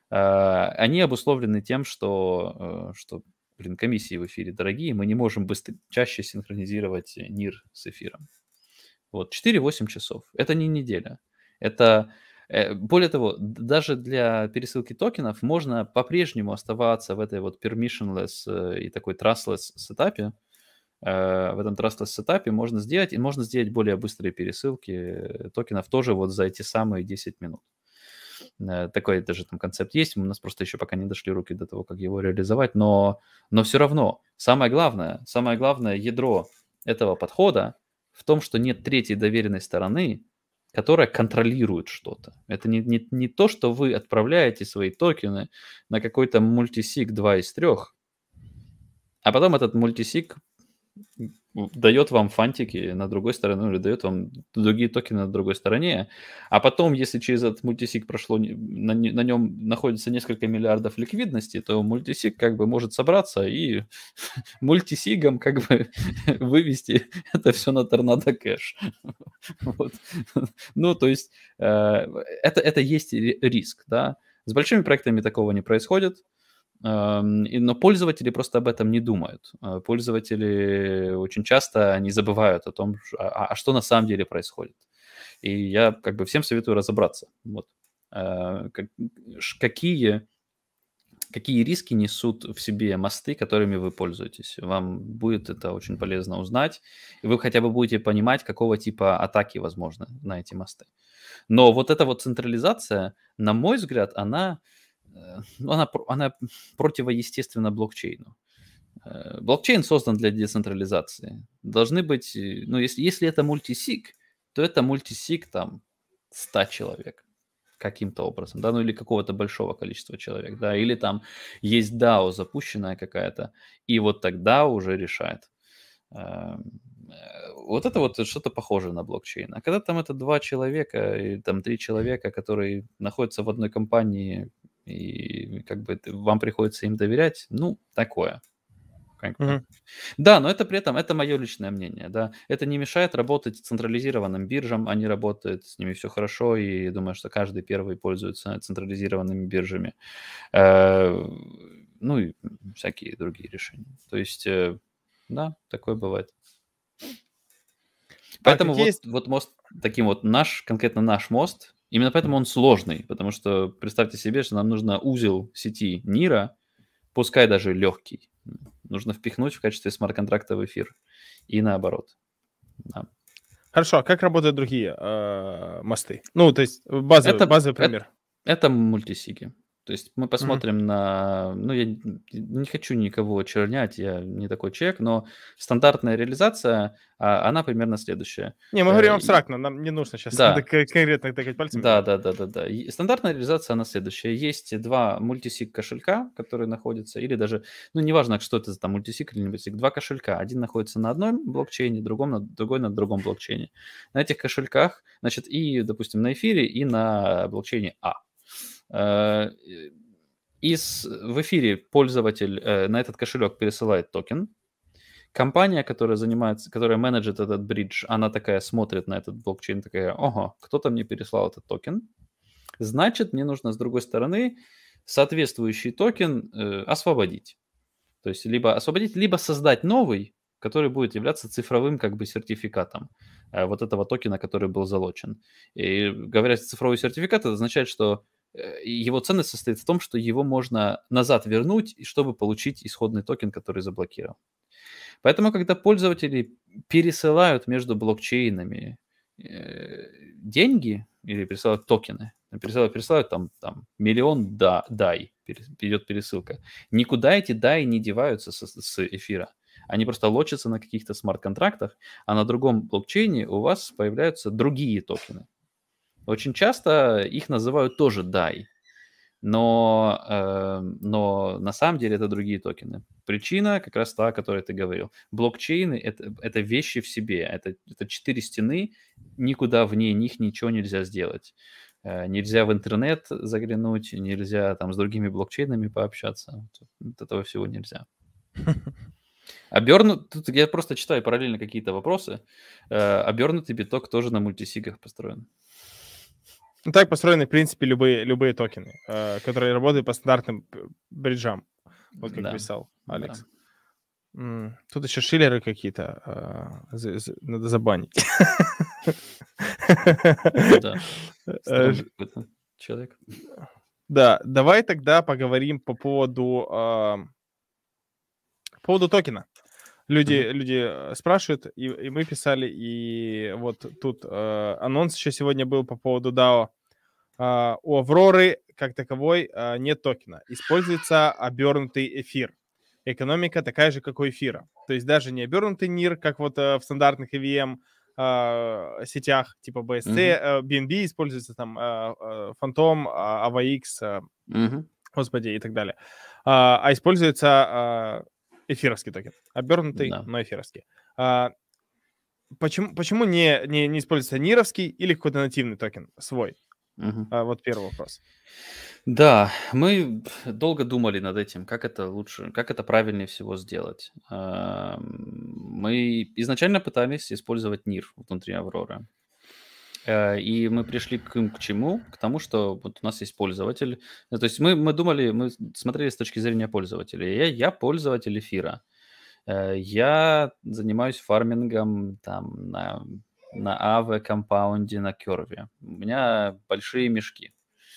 Они обусловлены тем, что, комиссии в эфире дорогие, мы не можем чаще синхронизировать NIR с эфиром. Вот, 4-8 часов. Это не неделя. Это, более того, даже для пересылки токенов можно по-прежнему оставаться в этой вот permissionless и такой trustless сетапе. В этом trustless сетапе можно сделать более быстрые пересылки токенов тоже вот за эти самые 10 минут. Такой даже там концепт есть, у нас просто еще пока не дошли руки до того, как его реализовать, но все равно самое главное ядро этого подхода в том, что нет третьей доверенной стороны, которая контролирует что-то. Это не то, что вы отправляете свои токены на какой-то мультисиг 2 из 3, а потом этот мультисиг дает вам фантики на другой стороне, ну, или дает вам другие токены на другой стороне, а потом, если через этот мультисиг прошло, на нем находится несколько миллиардов ликвидности, то мультисиг как бы может собраться и мультисигом как бы вывести это все на торнадо кэш. Вот. Ну, то есть это есть риск, да. С большими проектами такого не происходит. Но пользователи просто об этом не думают. Пользователи очень часто не забывают о том, что на самом деле происходит. И я как бы всем советую разобраться. Вот. Какие риски несут в себе мосты, которыми вы пользуетесь. Вам будет это очень полезно узнать. И вы хотя бы будете понимать, какого типа атаки возможны на эти мосты. Но вот эта вот централизация, на мой взгляд, она противоестественна блокчейну. Блокчейн создан для децентрализации. Должны быть, ну, если это мультисиг, то это мультисиг там 100 человек каким-то образом, да, ну или какого-то большого количества человек, да, или там есть DAO запущенная какая-то, и вот тогда уже решает. Вот это вот что-то похожее на блокчейн. А когда там это 2 человека и там 3 человека, которые находятся в одной компании, и как бы вам приходится им доверять, ну, такое. Как бы. Да, но это при этом, это мое личное мнение, да. Это не мешает работать централизированным биржам, они работают, с ними все хорошо, и думаю, что каждый первый пользуется централизированными биржами. Ну и всякие другие решения. То есть, да, такое бывает. Поэтому вот мост, конкретно наш мост, именно поэтому он сложный, потому что представьте себе, что нам нужно узел сети NIR, пускай даже легкий, нужно впихнуть в качестве смарт-контракта в эфир и наоборот. Да. Хорошо, а как работают другие мосты? Ну, то есть базовый пример. Это мультисиги. То есть мы посмотрим на... Ну, я не хочу никого очернять, я не такой человек, но стандартная реализация, она примерно следующая. Не, мы говорим абстрактно, нам не нужно сейчас конкретно тыкать пальцами. Да. И стандартная реализация, она следующая. Есть 2 мультисиг кошелька, которые находятся, или даже, ну, неважно, что это за там мультисиг или не мультисиг, 2 кошелька. Один находится на одном блокчейне, другой на другом блокчейне. На этих кошельках, значит, и, допустим, на эфире, и на блокчейне А. В эфире пользователь на этот кошелек пересылает токен. Компания, которая менеджит этот бридж, она такая смотрит на этот блокчейн, такая: ого, кто-то мне переслал этот токен. Значит, мне нужно с другой стороны соответствующий токен освободить. То есть либо освободить, либо создать новый, который будет являться цифровым как бы сертификатом вот этого токена, который был залочен. И говоря цифровой сертификат, это означает, что его ценность состоит в том, что его можно назад вернуть, чтобы получить исходный токен, который заблокирован. Поэтому, когда пользователи пересылают между блокчейнами деньги или пересылают токены, пересылают там миллион DAI, идет пересылка, никуда эти DAI не деваются с эфира. Они просто лочатся на каких-то смарт-контрактах, а на другом блокчейне у вас появляются другие токены. Очень часто их называют тоже DAI, но на самом деле это другие токены. Причина как раз та, о которой ты говорил. Блокчейны это вещи в себе, это 4 стены, никуда вне них ничего нельзя сделать. Нельзя в интернет заглянуть, нельзя там с другими блокчейнами пообщаться. Вот этого всего нельзя. Тут я просто читаю параллельно какие-то вопросы. Обернутый биток тоже на мультисигах построен. Ну, так построены, в принципе, любые токены, которые работают по стандартным бриджам. Вот как Да, писал да. Алекс. Тут еще шиллеры какие-то. Надо забанить. Да. Странный какой-то человек. Да, давай тогда поговорим по поводу токена. Люди спрашивают, и мы писали, и вот тут анонс еще сегодня был по поводу DAO. У Авроры как таковой нет токена. Используется обернутый эфир. Экономика такая же, как у эфира. То есть даже не обернутый NIR, как вот в стандартных EVM сетях типа BSC, BNB используется там, Phantom, AVAX, господи, и так далее. А используется эфировский токен. Обернутый, Да. но эфировский. Почему не используется нировский или какой-то нативный токен свой? Вот первый вопрос. Да, мы долго думали над этим, как это лучше, как это правильнее всего сделать. Мы изначально пытались использовать NIR внутри Авроры. И мы пришли к чему? К тому, что вот у нас есть пользователь. То есть мы думали, мы смотрели с точки зрения пользователя. Я пользователь эфира. Я занимаюсь фармингом там на Aave, компаунде, на Curve. У меня большие мешки.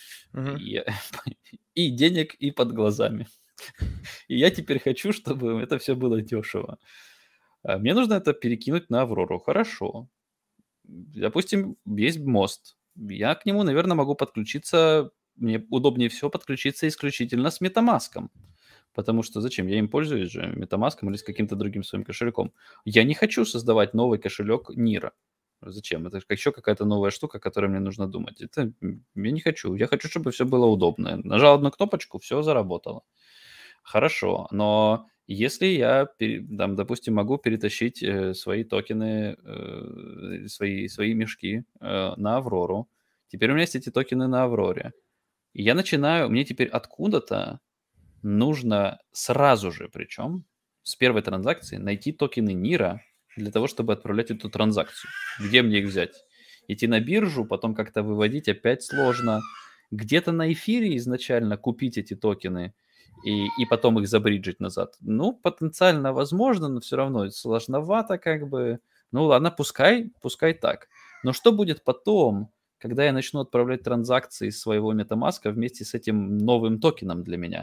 И денег, и под глазами. И я теперь хочу, чтобы это все было дешево. Мне нужно это перекинуть на Аврору. Хорошо. Допустим, есть мост. Я к нему, наверное, могу подключиться. Мне удобнее всего подключиться исключительно с MetaMask. Потому что зачем? Я им пользуюсь же, MetaMask или с каким-то другим своим кошельком. Я не хочу создавать новый кошелек Нира. Зачем? Это еще какая-то новая штука, о которой мне нужно думать. Это я не хочу. Я хочу, чтобы все было удобно. Нажал одну кнопочку, все заработало. Хорошо, но если я, там, допустим, могу перетащить свои токены, свои мешки на Аврору, теперь у меня есть эти токены на Авроре, и я начинаю, мне теперь откуда-то нужно сразу же, причем с первой транзакции, найти токены Нира для того, чтобы отправлять эту транзакцию. Где мне их взять? Идти на биржу, потом как-то выводить опять сложно. Где-то на эфире изначально купить эти токены и потом их забриджить назад. Ну, потенциально возможно, но все равно сложновато как бы. Ну ладно, пускай так. Но что будет потом, когда я начну отправлять транзакции из своего MetaMask вместе с этим новым токеном для меня?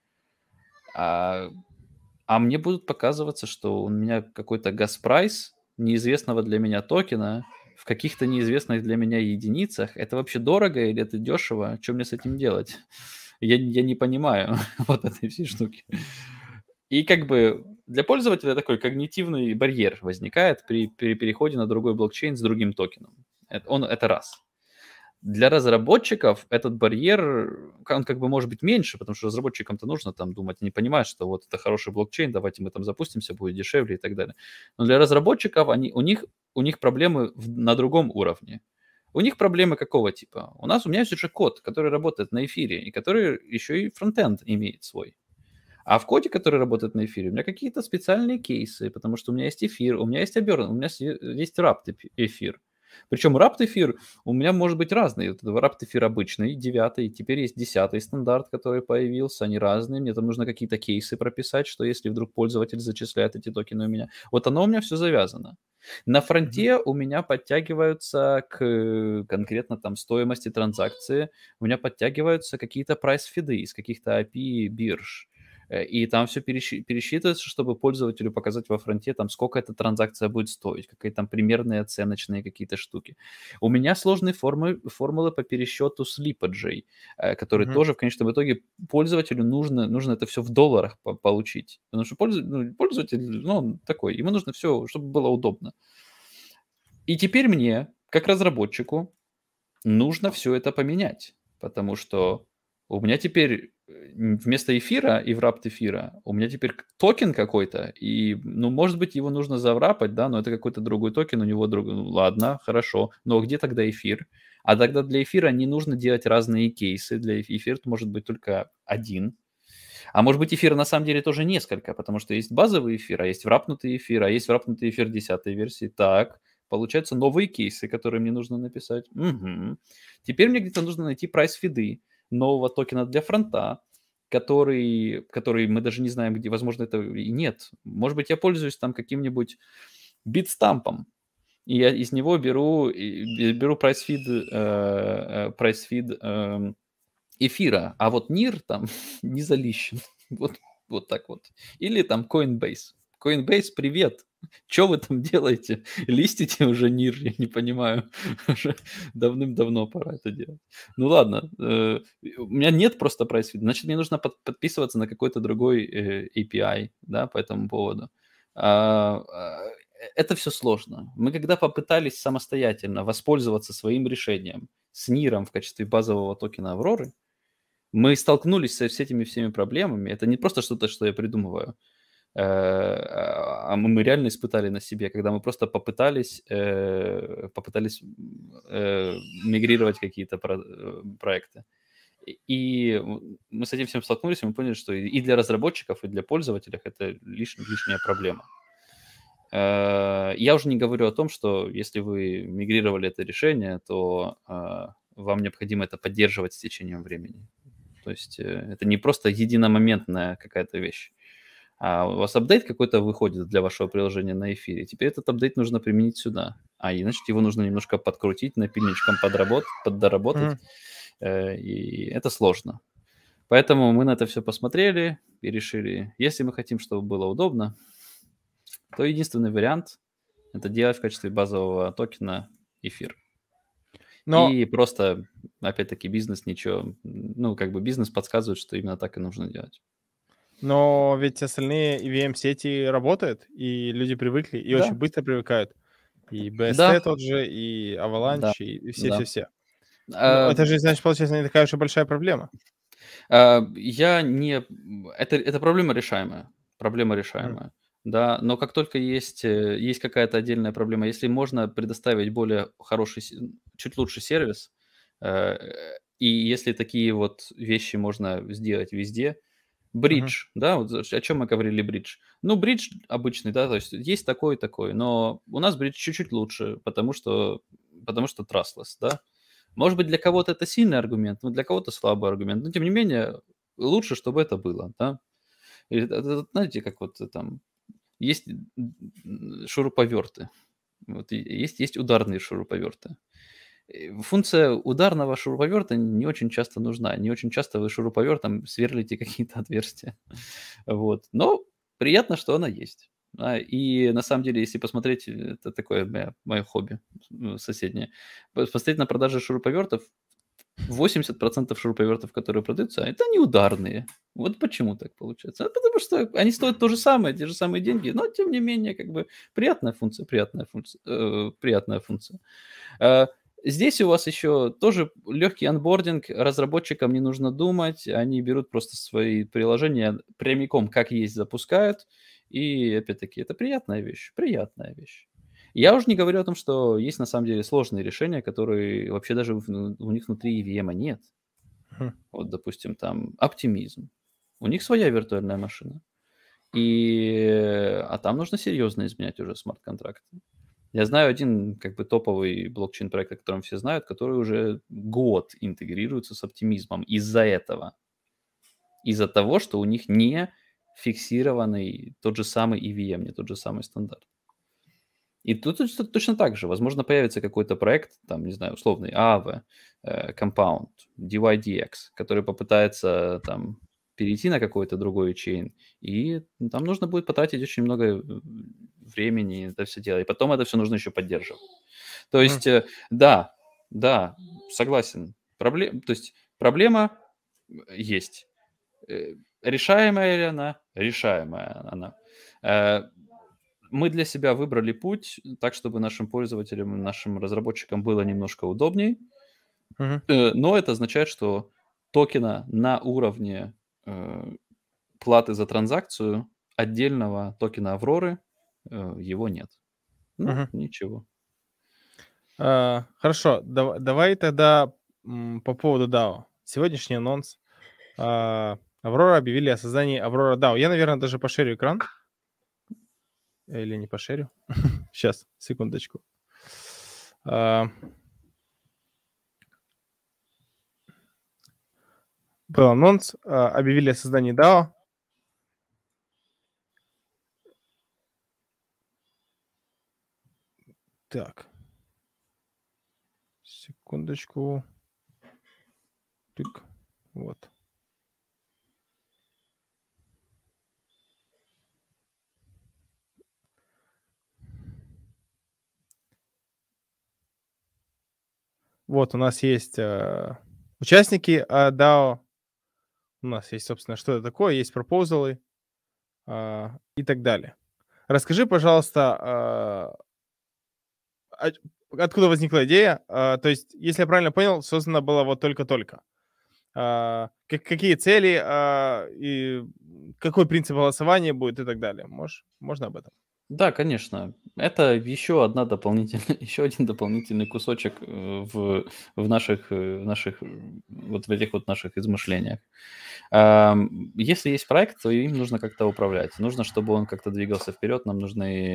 А мне будут показываться, что у меня какой-то gas-прайс неизвестного для меня токена в каких-то неизвестных для меня единицах. Это вообще дорого или это дешево? Что мне с этим делать? Я не понимаю вот этой всей штуки. И как бы для пользователя такой когнитивный барьер возникает при переходе на другой блокчейн с другим токеном. Это раз. Для разработчиков этот барьер, он как бы может быть меньше, потому что разработчикам-то нужно там думать, они понимают, что вот это хороший блокчейн, давайте мы там запустимся, будет дешевле и так далее. Но для разработчиков у них проблемы на другом уровне. У них проблемы какого типа? У меня есть уже код, который работает на эфире, и который еще и фронтенд имеет свой. А в коде, который работает на эфире, у меня какие-то специальные кейсы, потому что у меня есть эфир, у меня есть оберн, у меня есть рапт эфир. Причем рапт эфир у меня может быть разный. Вот рапт эфир обычный, 9, теперь есть 10 стандарт, который появился, они разные. Мне там нужно какие-то кейсы прописать, что если вдруг пользователь зачисляет эти токены у меня. Вот оно у меня все завязано. На фронте у меня подтягиваются к конкретно там стоимости транзакции, у меня подтягиваются какие-то прайс-фиды из каких-то API бирж. И там все пересчитывается, чтобы пользователю показать во фронте, там, сколько эта транзакция будет стоить, какие там примерные оценочные какие-то штуки. У меня сложные формулы по пересчету слипаджей, которые тоже в конечном итоге пользователю нужно это все в долларах получить. Потому что пользователь, он такой, ему нужно все, чтобы было удобно. И теперь мне, как разработчику, нужно все это поменять, потому что у меня теперь вместо эфира и врапт эфира у меня теперь токен какой-то, и, ну, может быть, его нужно заврапать, да, но это какой-то другой токен, у него другой. Ну, ладно, хорошо, но где тогда эфир? А тогда для эфира не нужно делать разные кейсы, для эфира может быть только один. А может быть, эфира на самом деле тоже несколько, потому что есть базовый эфир, а есть врапнутый эфир, а есть врапнутый эфир 10 версии. Так, Получаются новые кейсы, которые мне нужно написать. Мгм. Теперь мне где-то нужно найти прайс-фиды нового токена для фронта, который мы даже не знаем, где, возможно, это и нет. Может быть, я пользуюсь там каким-нибудь битстампом, и я из него беру прайс-фид эфира, а вот NIR там не залищен. Вот так вот. Или там Coinbase. Coinbase, привет! Что вы там делаете? Листите уже NIR, я не понимаю. Уже давным-давно пора это делать. Ну ладно, у меня нет просто прайс-фида, значит, мне нужно подписываться на какой-то другой API, да, по этому поводу. А, а, Это все сложно. Мы когда попытались самостоятельно воспользоваться своим решением с NIR в качестве базового токена Авроры, мы столкнулись с этими всеми проблемами. Это не просто что-то, что я придумываю, а мы реально испытали на себе, когда мы просто попытались мигрировать какие-то проекты. И мы с этим всем столкнулись, и мы поняли, что и для разработчиков, и для пользователей это лишняя проблема. Я уже не говорю о том, что если вы мигрировали это решение, то вам необходимо это поддерживать с течением времени. То есть это не просто единомоментная какая-то вещь. А у вас апдейт какой-то выходит для вашего приложения на эфире. Теперь этот апдейт нужно применить сюда. Значит, его нужно немножко подкрутить, напильничком поддоработать. И это сложно. Поэтому мы на это все посмотрели и решили, если мы хотим, чтобы было удобно, то единственный вариант – это делать в качестве базового токена эфир. Но, И просто, опять-таки, бизнес бизнес подсказывает, что именно так и нужно делать. но ведь остальные EVM-сети работают, и люди привыкли, и очень Да, быстро привыкают. И да, BST тот же, и да, Avalanche, и да. все-все-все. Но А, это же, значит, получается, не такая уж и большая проблема. я не это проблема решаемая. Проблема Мгм. решаемая. Да, но как только есть какая-то отдельная проблема, если можно предоставить более хороший, чуть лучше сервис, э, и если такие вот вещи можно сделать везде. Мгм. Бридж, да, вот о чем мы говорили бридж. Ну, бридж обычный, да, то есть есть такой и такой, но у нас бридж чуть-чуть лучше, потому что trustless, да. Может быть, для кого-то это сильный аргумент, но для кого-то слабый аргумент. Но тем не менее, лучше, чтобы это было, да. И знаете, как вот там есть шуруповерты, вот есть ударные шуруповерты. Функция ударного шуруповерта не очень часто нужна. Не очень часто вы шуруповертом сверлите какие-то отверстия. Вот. Но приятно, что она есть. И на самом деле, если посмотреть, это такое мое хобби соседнее, посмотреть на продажи шуруповертов, 80% шуруповертов, которые продаются, это не ударные. Вот почему так получается. Потому что они стоят то же самое, те же самые деньги, но тем не менее, как бы приятная функция. Э, Здесь у вас еще тоже легкий анбординг, разработчикам не нужно думать, они берут просто свои приложения прямиком как есть запускают, и опять-таки это приятная вещь, приятная вещь. Я уже не говорю о том, что есть на самом деле сложные решения, которые вообще даже у них внутри EVM нет. Мгм. Вот, допустим, там оптимизм. У них своя виртуальная машина. А там нужно серьезно изменять уже смарт-контракты. Я знаю один как бы топовый блокчейн-проект, о котором все знают, который уже год интегрируется с оптимизмом из-за этого. Из-за того, что у них не фиксированный тот же самый EVM, не тот же самый стандарт. И тут точно так же. Возможно, появится какой-то проект, там, не знаю, условный Aave, Compound, DYDX, который попытается там перейти на какой-то другой чейн, и там нужно будет потратить очень много времени это все делать. И потом это все нужно еще поддерживать. То Мгм. есть, да, да, согласен. То есть проблема есть. Решаемая ли она? Решаемая она. Э, Мы для себя выбрали путь так, чтобы нашим пользователям, нашим разработчикам было немножко удобней. Мгм. Но это означает, что токена на уровне э, платы за транзакцию отдельного токена Авроры его нет. Ну, Мгм. ничего. Хорошо, давай тогда по поводу DAO. Сегодняшний анонс. Аврора объявили о создании Аврора DAO. Я, наверное, даже пошерю экран. Или не пошерю. Сейчас, секундочку. А, Был анонс, объявили о создании DAO. Так, секундочку. Тык. Вот. Вот у нас есть участники DAO. У нас есть, собственно, что это такое, есть пропозалы и так далее. Расскажи, пожалуйста, откуда возникла идея? То есть, если я правильно понял, создана была вот только-только. Какие цели и какой принцип голосования будет и так далее? Можно об этом? Да, конечно. Это еще одна дополнительная, еще один дополнительный кусочек вот в этих вот наших измышлениях. Если есть проект, то им нужно как-то управлять. Нужно, чтобы он как-то двигался вперед. Нам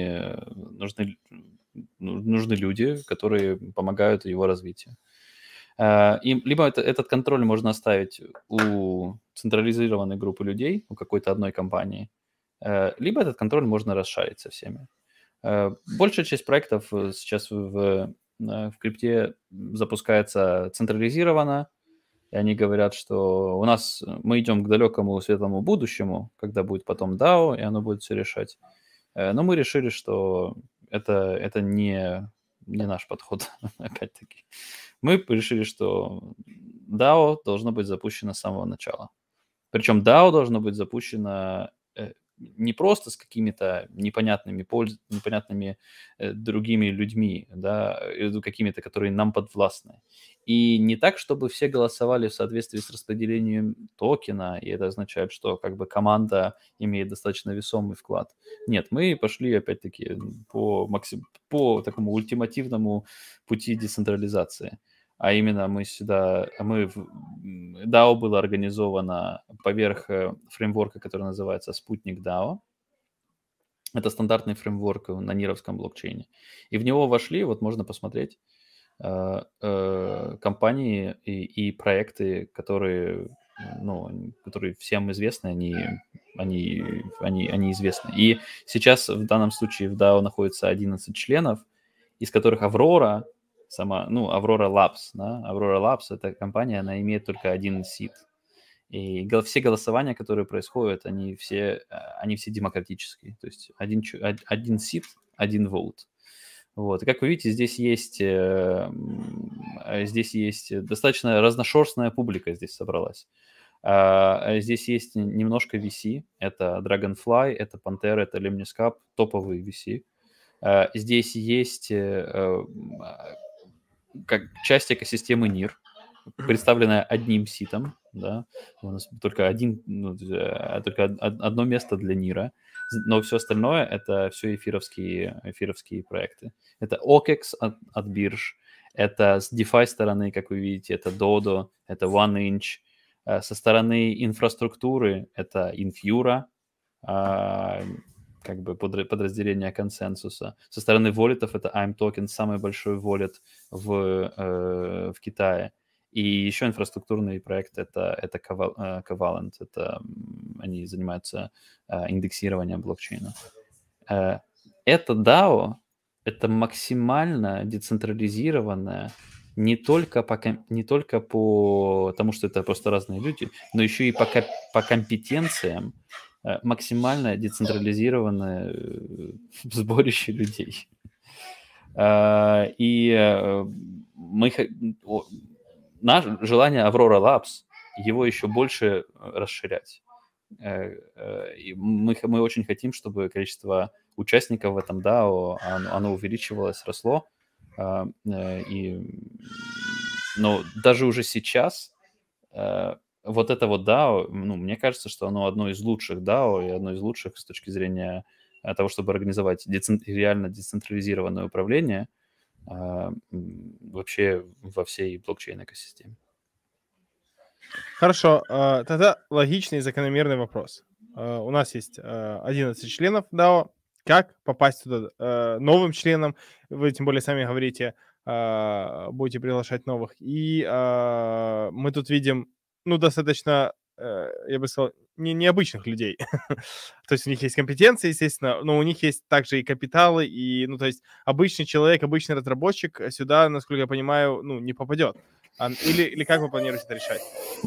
нужны люди, которые помогают его развитию. Либо этот контроль можно оставить у централизированной группы людей, у какой-то одной компании, либо этот контроль можно расшарить со всеми. Большая часть проектов сейчас в крипте запускается централизированно, и они говорят, что мы идем к далекому светлому будущему, когда будет потом DAO, и оно будет все решать. Но мы решили, что это не наш подход, опять-таки. Мы решили, что DAO должно быть запущено с самого начала. Причем DAO должно быть запущено не просто с какими-то непонятными другими людьми, да, какими-то, которые нам подвластны. И не так, чтобы все голосовали в соответствии с распределением токена, и это означает, что как бы команда имеет достаточно весомый вклад. Нет, мы пошли опять-таки по такому ультимативному пути децентрализации. А именно DAO было организовано поверх фреймворка, который называется Спутник DAO. Это стандартный фреймворк на нировском блокчейне. И в него вошли, вот можно посмотреть, компании и проекты, которые всем известны, они известны. И сейчас в данном случае в DAO находится 11 членов, из которых Аврора, Aurora Labs, да, Aurora Labs — это компания, она имеет только один сид. И все голосования, которые происходят, они все демократические. То есть один сид, один vote. Вот. И как вы видите, здесь есть достаточно разношерстная публика здесь собралась. Здесь есть немножко VC. Это Dragonfly, это Pantera, это Lemniscap, топовые VC. Здесь есть как часть экосистемы NIR, представленная одним ситом, да, у нас только одно место для NIR, но все остальное — это все эфировские проекты. Это OKEX от бирж, это с DeFi стороны, как вы видите, это Dodo, это OneInch, со стороны инфраструктуры это Infura, как бы подразделение консенсуса. Со стороны воллетов это I'm Token, самый большой воллет в Китае. И еще инфраструктурный проект это Covalent, они занимаются индексированием блокчейна. Это DAO, это максимально децентрализированное, не только по тому, что это просто разные люди, но еще и по компетенциям, максимально децентрализированное сборище людей. Наше желание Aurora Labs его еще больше расширять. И мы очень хотим, чтобы количество участников в этом DAO, оно увеличивалось, росло. Но даже уже сейчас вот это вот DAO, мне кажется, что оно одно из лучших DAO и одно из лучших с точки зрения того, чтобы организовать реально децентрализированное управление вообще во всей блокчейн-экосистеме. Хорошо, тогда логичный и закономерный вопрос. У нас есть 11 членов DAO. Как попасть туда новым членам? Вы тем более сами говорите, будете приглашать новых. И мы тут видим, ну, достаточно, я бы сказал, необычных людей. То есть у них есть компетенции, естественно, но у них есть также и капиталы, и, ну, то есть обычный человек, обычный разработчик сюда, насколько я понимаю, ну, не попадет. Или как вы планируете это решать?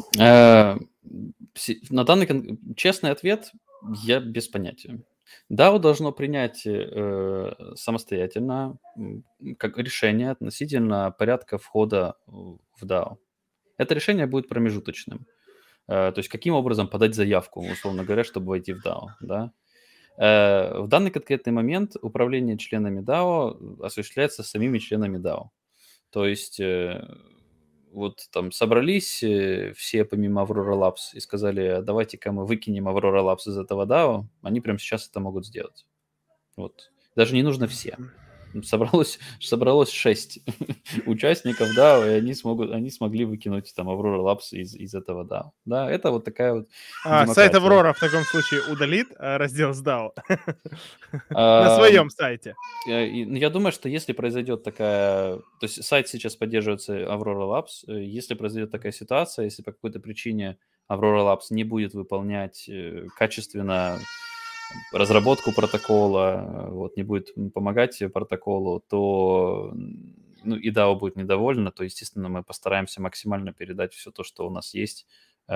На данный честный ответ я без понятия. DAO должно принять самостоятельно как решение относительно порядка входа в DAO. Это решение будет промежуточным. То есть каким образом подать заявку, условно говоря, чтобы войти в DAO, да? В данный конкретный момент управление членами DAO осуществляется самими членами DAO. То есть вот там собрались все помимо Aurora Labs и сказали, давайте-ка мы выкинем Aurora Labs из этого DAO, они прямо сейчас это могут сделать. Вот. Даже не нужно все. Собралось 6 участников DAO, и они смогли выкинуть там Aurora Labs из этого DAO. Да, это вот такая вот демократия. Сайт Aurora в таком случае удалит раздел с DAO на своем сайте. Я думаю, что если произойдет такая... То есть сайт сейчас поддерживается Aurora Labs. Если произойдет такая ситуация, если по какой-то причине Aurora Labs не будет выполнять качественно разработку протокола, вот, не будет помогать протоколу, то ну, и DAO будет недовольна, то, естественно, мы постараемся максимально передать все то, что у нас есть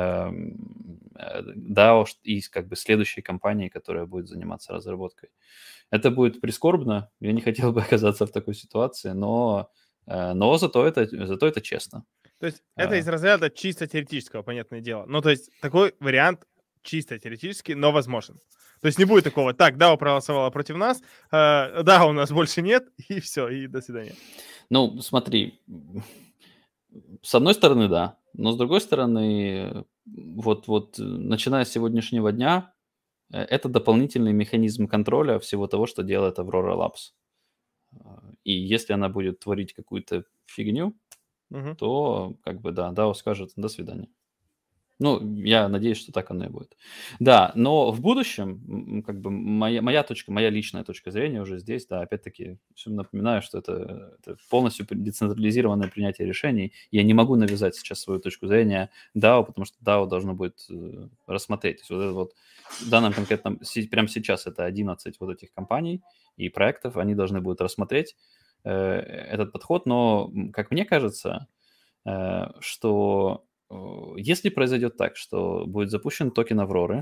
DAO и как бы следующей компании, которая будет заниматься разработкой. Это будет прискорбно, я не хотел бы оказаться в такой ситуации, но зато это честно. То есть это из разряда чисто теоретического, понятное дело. Ну, то есть такой вариант чисто теоретически, но возможен. То есть не будет такого, так, DAO проголосовала против нас, DAO у нас больше нет, и все, и до свидания. Ну, смотри, с одной стороны, да, но с другой стороны, вот начиная с сегодняшнего дня, это дополнительный механизм контроля всего того, что делает Aurora Labs. И если она будет творить какую-то фигню, то как бы да, DAO скажет «до свидания». Ну, я надеюсь, что так оно и будет. Да, но в будущем, как бы моя личная точка зрения уже здесь, да, опять-таки, всем напоминаю, что это полностью децентрализированное принятие решений. Я не могу навязать сейчас свою точку зрения DAO, потому что DAO должно будет рассмотреть. То есть вот это вот в данном конкретном, прямо сейчас это 11 вот этих компаний и проектов, они должны будут рассмотреть этот подход, но, как мне кажется, что если произойдет так, что будет запущен токен Авроры,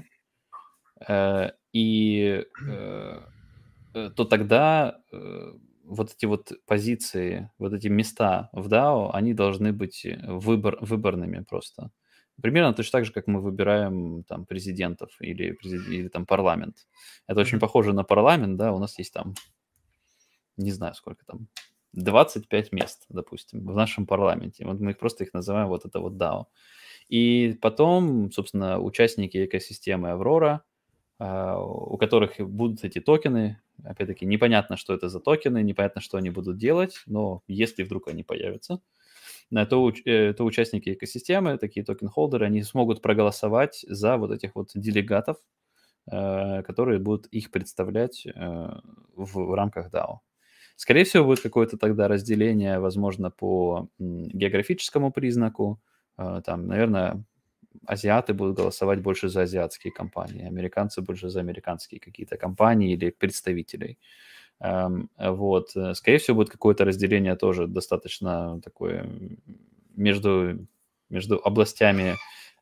то тогда вот эти вот позиции, вот эти места в DAO, они должны быть выборными просто. Примерно точно так же, как мы выбираем там президентов или там парламент. Это очень похоже на парламент, да, у нас есть там, не знаю сколько там, 25 мест, допустим, в нашем парламенте. Вот мы их называем вот это вот DAO. И потом, собственно, участники экосистемы Аврора, у которых будут эти токены, опять-таки, непонятно, что это за токены, непонятно, что они будут делать, но если вдруг они появятся, то участники экосистемы, такие токен-холдеры, они смогут проголосовать за вот этих вот делегатов, которые будут их представлять в рамках DAO. Скорее всего, будет какое-то тогда разделение, возможно, по географическому признаку. Там, наверное, азиаты будут голосовать больше за азиатские компании, американцы больше за американские какие-то компании или представителей. Вот. Скорее всего, будет какое-то разделение тоже достаточно такое между областями,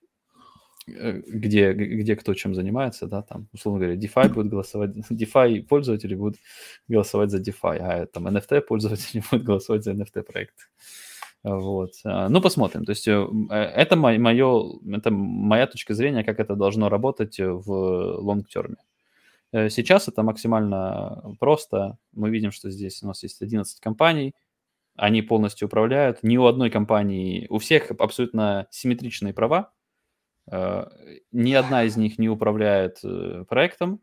где кто чем занимается, да, там, условно говоря, DeFi будет голосовать, DeFi пользователи будут голосовать за DeFi, а там NFT пользователи будут голосовать за NFT проект. Вот. Ну, посмотрим. То есть это моя точка зрения, как это должно работать в лонг-терме. Сейчас это максимально просто. Мы видим, что здесь у нас есть 11 компаний, они полностью управляют. Ни у одной компании, у всех абсолютно симметричные права. Ни одна из них не управляет проектом.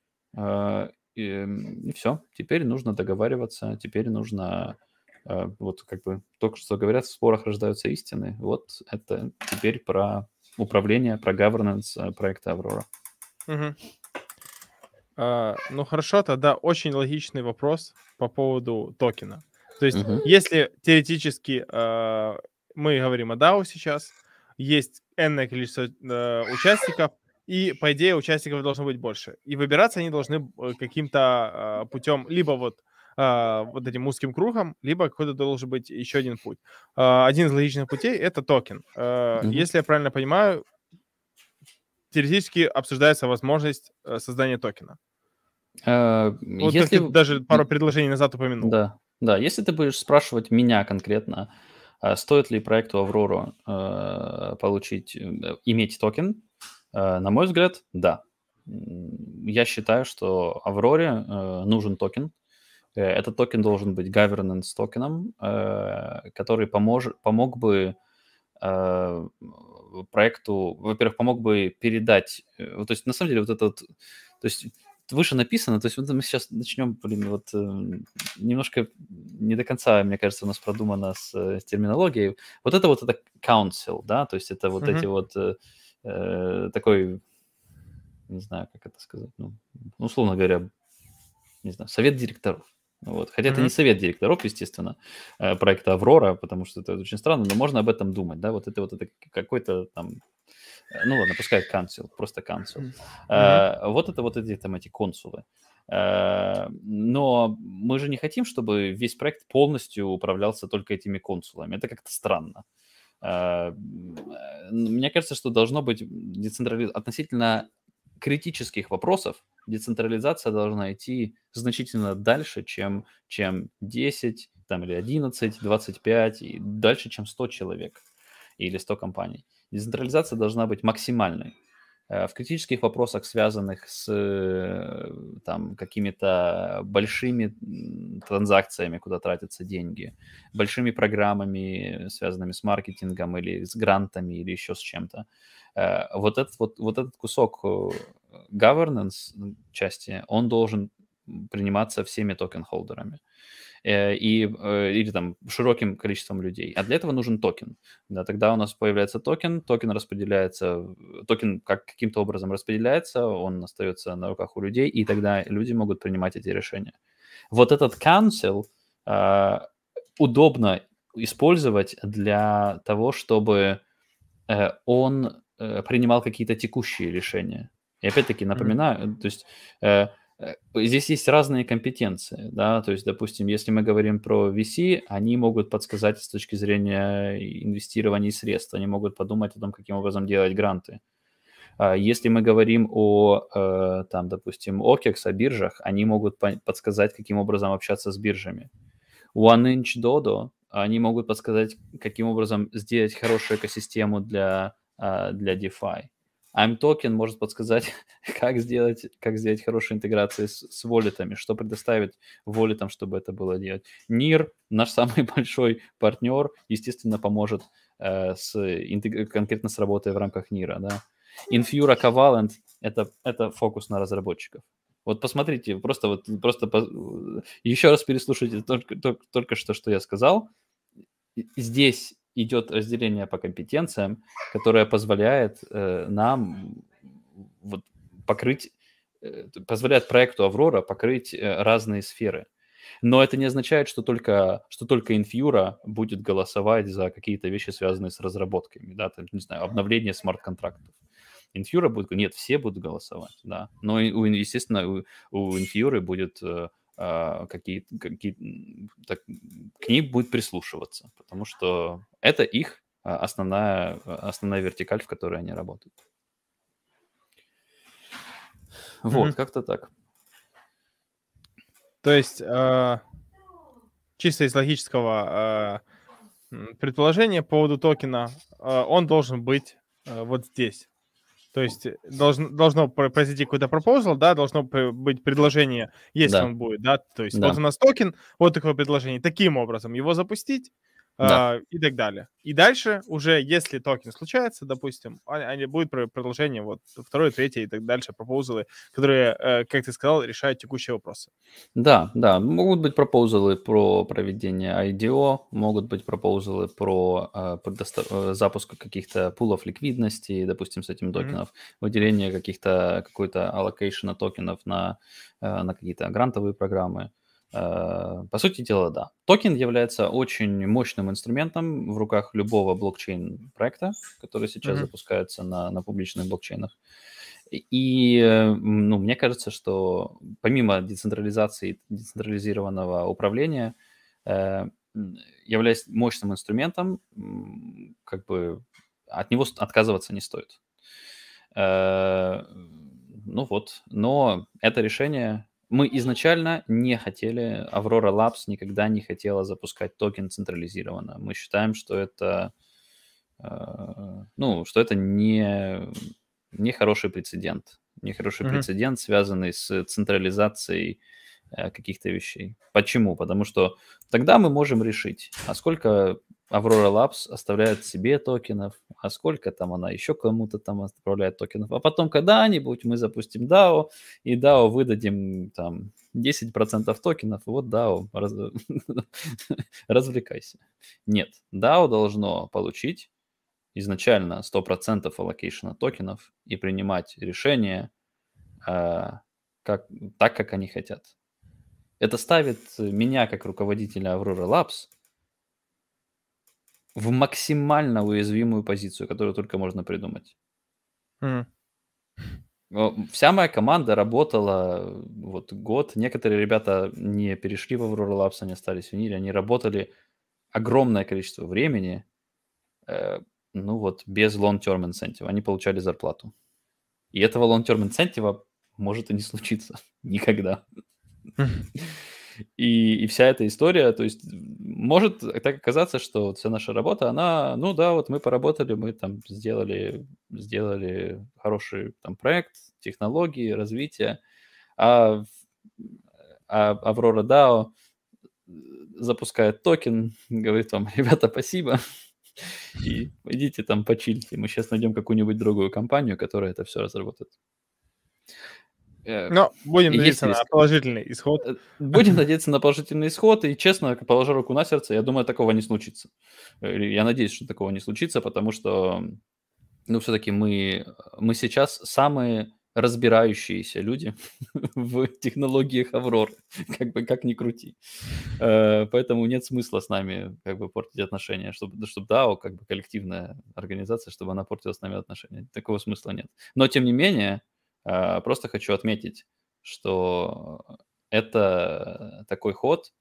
И все. Теперь нужно договариваться, теперь нужно... Вот как бы только что говорят, в спорах рождаются истины. Вот это теперь про управление, про governance проекта Аврора. Ну хорошо, тогда очень логичный вопрос по поводу токена. То есть, Мгм. если теоретически мы говорим о DAO сейчас, есть энное количество участников, и, по идее, участников должно быть больше. И выбираться они должны каким-то путем, либо вот этим узким кругом, либо какой-то должен быть еще один путь. Один из логичных путей — это токен. Мгм. Если я правильно понимаю, теоретически обсуждается возможность создания токена. Вот как ты Если даже пару предложений назад упомянул. Да, да. Если ты будешь спрашивать меня конкретно, стоит ли проекту Аврору иметь токен, на мой взгляд, да. Я считаю, что Авроре нужен токен. Этот токен должен быть governance токеном, который помог бы проекту, во-первых, помог бы передать, то есть на самом деле вот этот, то есть выше написано, то есть вот мы сейчас начнем, вот немножко не до конца, мне кажется, у нас продумано с терминологией. Вот это council, да, то есть это вот эти Мгм. вот такой, не знаю, как это сказать, ну, условно говоря, не знаю, совет директоров. Вот. Хотя это не Мгм. совет директоров, естественно, проекта «Аврора», потому что это очень странно, но можно об этом думать, да, вот это какой-то там, ну ладно, пускай council, просто council. Мгм. Вот это вот эти там эти консулы. Но мы же не хотим, чтобы весь проект полностью управлялся только этими консулами. Это как-то странно. Мне кажется, что должно быть относительно критических вопросов децентрализация должна идти значительно дальше, чем 10 там, или 11, 25, и дальше, чем 100 человек или 100 компаний. Децентрализация должна быть максимальной. В критических вопросах, связанных с там, какими-то большими транзакциями, куда тратятся деньги, большими программами, связанными с маркетингом или с грантами или еще с чем-то, вот этот кусок governance части, он должен приниматься всеми токен-холдерами или там широким количеством людей. А для этого нужен токен. Да, тогда у нас появляется токен распределяется, токен каким-то образом распределяется, он остается на руках у людей, и тогда люди могут принимать эти решения. Вот этот council удобно использовать для того, чтобы он принимал какие-то текущие решения. И опять-таки Мгм. напоминаю, то есть здесь есть разные компетенции, да, то есть, допустим, если мы говорим про VC, они могут подсказать с точки зрения инвестирования средств, они могут подумать о том, каким образом делать гранты. Если мы говорим о, там, допустим, OKEX, о биржах, они могут подсказать, каким образом общаться с биржами. OneInch Dodo, они могут подсказать, каким образом сделать хорошую экосистему для DeFi. I'mToken может подсказать, как сделать хорошие интеграции с воллетами, что предоставить воллетам, чтобы это было делать. NIR, наш самый большой партнер, естественно, поможет конкретно с работой в рамках NIR. Да? Infura Covalent это фокус на разработчиков. Вот посмотрите, просто еще раз переслушайте только что я сказал. Здесь идет разделение по компетенциям, которое позволяет нам вот покрыть, позволяет проекту Аврора покрыть разные сферы. Но это не означает, что только Infura будет голосовать за какие-то вещи, связанные с разработками, да, там, не знаю, обновление смарт-контрактов. Infura будет, нет, все будут голосовать, да. Но, естественно, у Infura будет к ней будет прислушиваться, потому что это их основная вертикаль, в которой они работают. Вот, Мгм. как-то так. То есть, чисто из логического предположения по поводу токена, он должен быть вот здесь. То есть должно произойти какой-то пропозал, да, должно быть предложение, если Да, он будет, да. То есть вот да, у нас токен, вот такое предложение, таким образом его запустить, да. и так далее. И дальше уже, если токен случается, допустим, будет продолжение, вот второе, третье и так дальше, пропозалы, которые, как ты сказал, решают текущие вопросы. Да, да, могут быть пропозалы про проведение IDO, могут быть пропозалы про запуск каких-то пулов ликвидности, допустим, с этим Мгм. токенов, выделение какой-то allocation токенов на какие-то грантовые программы. По сути дела, да. Токен является очень мощным инструментом в руках любого блокчейн-проекта, который сейчас Мгм. запускается на публичных блокчейнах. Ну, мне кажется, что помимо децентрализации, децентрализированного управления, э, являясь мощным инструментом, как бы от него отказываться не стоит. Э, Ну вот, но это решение... Мы изначально не хотели, Aurora Labs никогда не хотела запускать токен централизированно. Мы считаем, что это, ну, что это не хороший прецедент. Нехороший Мгм. прецедент, связанный с централизацией каких-то вещей. Почему? Потому что тогда мы можем решить, а сколько Aurora Labs оставляет себе токенов, а сколько там она еще кому-то там отправляет токенов. А потом когда-нибудь мы запустим DAO, и DAO выдадим там 10% токенов, и вот DAO, развлекайся. Нет, DAO должно получить изначально 100% аллокейшена токенов и принимать решения как, так, как они хотят. Это ставит меня, как руководителя Aurora Labs, в максимально уязвимую позицию, которую только можно придумать. Мгм. Вся моя команда работала вот год. Некоторые ребята не перешли в Aurora Labs, они остались в Ниле. Они работали огромное количество времени, э, ну вот, без long-term incentive. Они получали зарплату. И этого long-term incentive может и не случиться никогда. Мгм. И вся эта история, то есть может так оказаться, что вот вся наша работа, она, ну да, вот мы поработали, мы там сделали хороший там проект, технологии, развитие, а, Aurora DAO запускает токен, говорит вам, ребята, спасибо, и идите там почильте, мы сейчас найдем какую-нибудь другую компанию, которая это все разработает. Э, Но будем Есть надеяться на риск. положительный исход. Будем надеяться на положительный исход. И честно, положа руку на сердце, я думаю, такого не случится. Я надеюсь, что такого не случится, потому что, ну, все-таки мы сейчас самые разбирающиеся люди в технологиях Авроры, как бы как ни крути. Поэтому нет смысла с нами как бы портить отношения, чтобы DAO, как бы коллективная организация, чтобы она портила с нами отношения. Такого смысла нет. Но тем не менее, просто хочу отметить, что это такой ход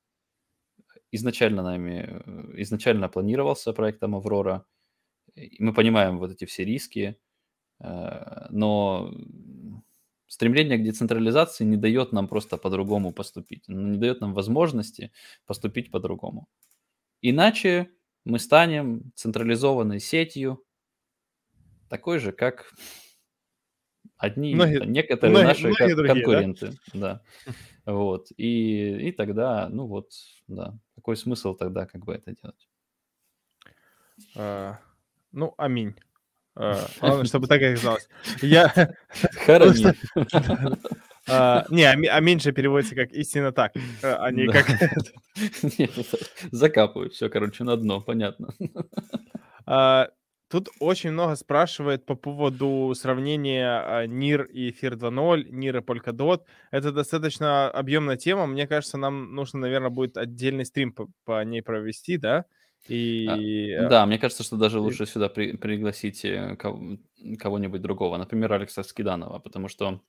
изначально планировался проектом Аврора. И мы понимаем вот эти все риски, но стремление к децентрализации не дает нам просто по-другому поступить, не дает нам возможности поступить по-другому. Иначе мы станем централизованной сетью, такой же, как Многие некоторые многие наши многие другие, да? конкуренты, да. Вот, и тогда, ну вот, да, какой смысл тогда как бы это делать? А, ну, аминь. Главное, чтобы так и оказалось. Я потому что Хороним. да-да. Не, аминь же переводится как "истинно так", а не Да. как Нет, закапываю всё, короче, на дно, понятно. А, Тут очень много спрашивают по поводу сравнения NIR и Эфир 2.0, NIR и Polkadot. Это достаточно объемная тема. Мне кажется, нам нужно, наверное, будет отдельный стрим по ней провести, да? А, И, да, мне кажется, что даже и лучше сюда пригласить, кого-нибудь другого, например, Алекса Скиданова, потому что,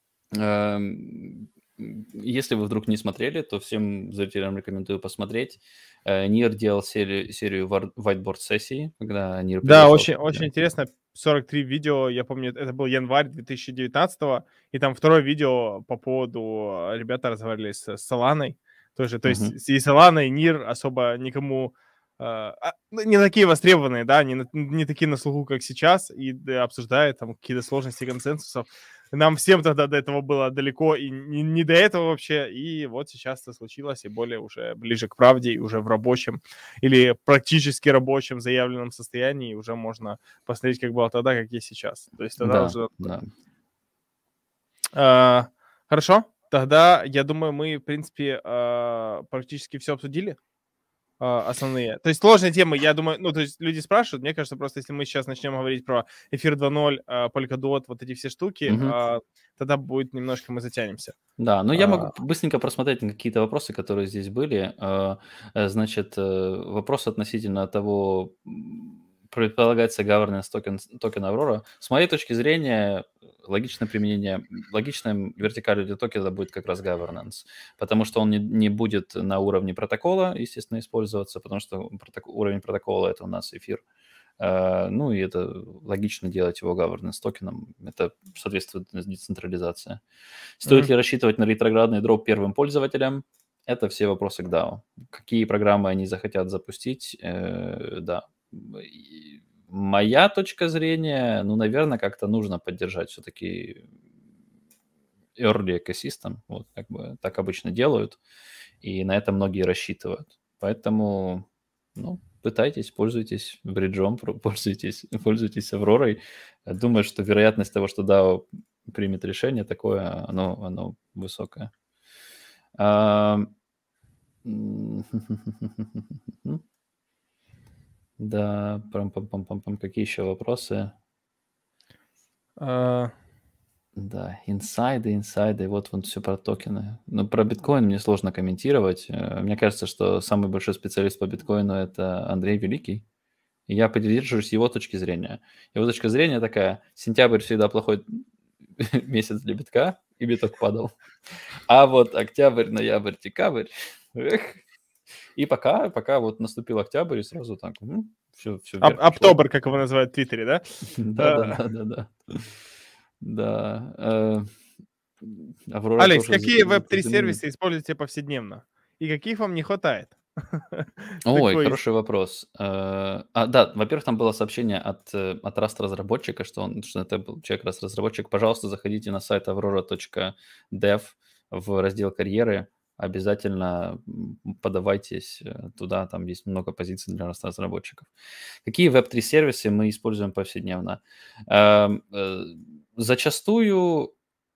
если вы вдруг не смотрели, то всем зрителям рекомендую посмотреть. Нир делал серию whiteboard-сессий, когда Нир да, приглашал очень очень да. интересно. 43 видео, я помню, это был январь 2019, и там второе видео по поводу, ребята разговаривали с Solana'й тоже. То есть Мгм. и Solana, и NIR особо никому, ну, не такие востребованные, да, не такие на слуху, как сейчас, и обсуждают там какие-то сложности консенсусов. Нам всем тогда до этого было далеко и не до этого вообще, и вот сейчас это случилось, и более уже ближе к правде, и уже в рабочем или практически рабочем заявленном состоянии, и уже можно посмотреть, как было тогда, как есть сейчас. То есть тогда Да, уже... да. Хорошо, тогда, я думаю, мы, в принципе, практически все обсудили. Основные. То есть сложные темы, я думаю, ну, то есть люди спрашивают, мне кажется, просто если мы сейчас начнем говорить про Эфир 2.0, Polkadot, вот эти все штуки, Мгм. тогда будет немножко мы затянемся. Да, но я могу А, быстренько просмотреть какие-то вопросы, которые здесь были. Значит, вопрос относительно того, предполагается governance токена Aurora. С моей точки зрения, логичное применение, логичным вертикалью для токена будет как раз governance, потому что он не будет на уровне протокола, естественно, использоваться, потому что уровень протокола — это у нас эфир. Ну и это логично делать его governance токеном. Это соответствует децентрализации. Стоит ли рассчитывать на ретроградный дроп первым пользователям? Это все вопросы к DAO. Какие программы они захотят запустить? Да. И моя точка зрения, ну, наверное, как-то нужно поддержать все-таки early ecosystem. Вот как бы так обычно делают, и на это многие рассчитывают. Поэтому, ну, пытайтесь, пользуйтесь бриджом, пользуйтесь Авророй. Думаю, что вероятность того, что DAO примет решение такое, оно высокое. Да, пам-пам-пам-пам. Какие еще вопросы? Да, инсайды, вот все про токены. Но про биткоин мне сложно комментировать. Мне кажется, что самый большой специалист по биткоину — это Андрей Великий. И я придерживаюсь его точки зрения. Его точка зрения такая: сентябрь всегда плохой месяц для битка, и биток падал. А вот октябрь, ноябрь, декабрь, эх. И пока вот наступил октябрь, и сразу так, все вверх пошло. Октобер, как его называют в Твиттере, да? Да. Да. Аврора Алекс, тоже какие Web3 заземлит. сервисы используете повседневно? И каких вам не хватает? Ой, Такой хороший вопрос. Да, во-первых, там было сообщение от Rust-разработчика, что это был человек Rust-разработчик. Пожалуйста, заходите на сайт aurora.dev в раздел «Карьеры». Обязательно подавайтесь туда, там есть много позиций для Rust-разработчиков. Какие Web3 сервисы мы используем повседневно? Зачастую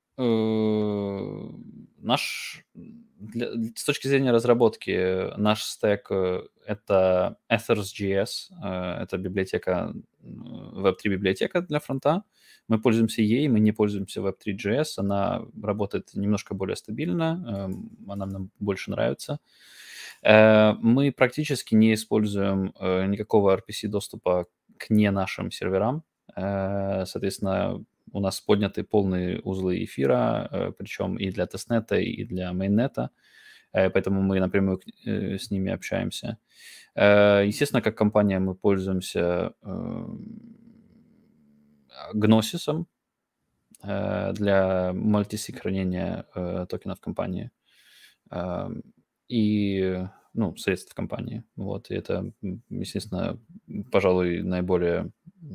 с точки зрения разработки наш стек это Ethers.js, это библиотека, Web3 библиотека для фронта. Мы пользуемся ей, мы не пользуемся Web3.js, она работает немножко более стабильно, она нам больше нравится. Мы практически не используем никакого RPC доступа к не нашим серверам, соответственно, у нас подняты полные узлы эфира, причем и для тестнета, и для мейннета, поэтому мы напрямую с ними общаемся. Естественно, как компания мы пользуемся Gnosis для мультисиг хранения токенов компании и средств компании. Вот, и это, естественно, пожалуй, наиболее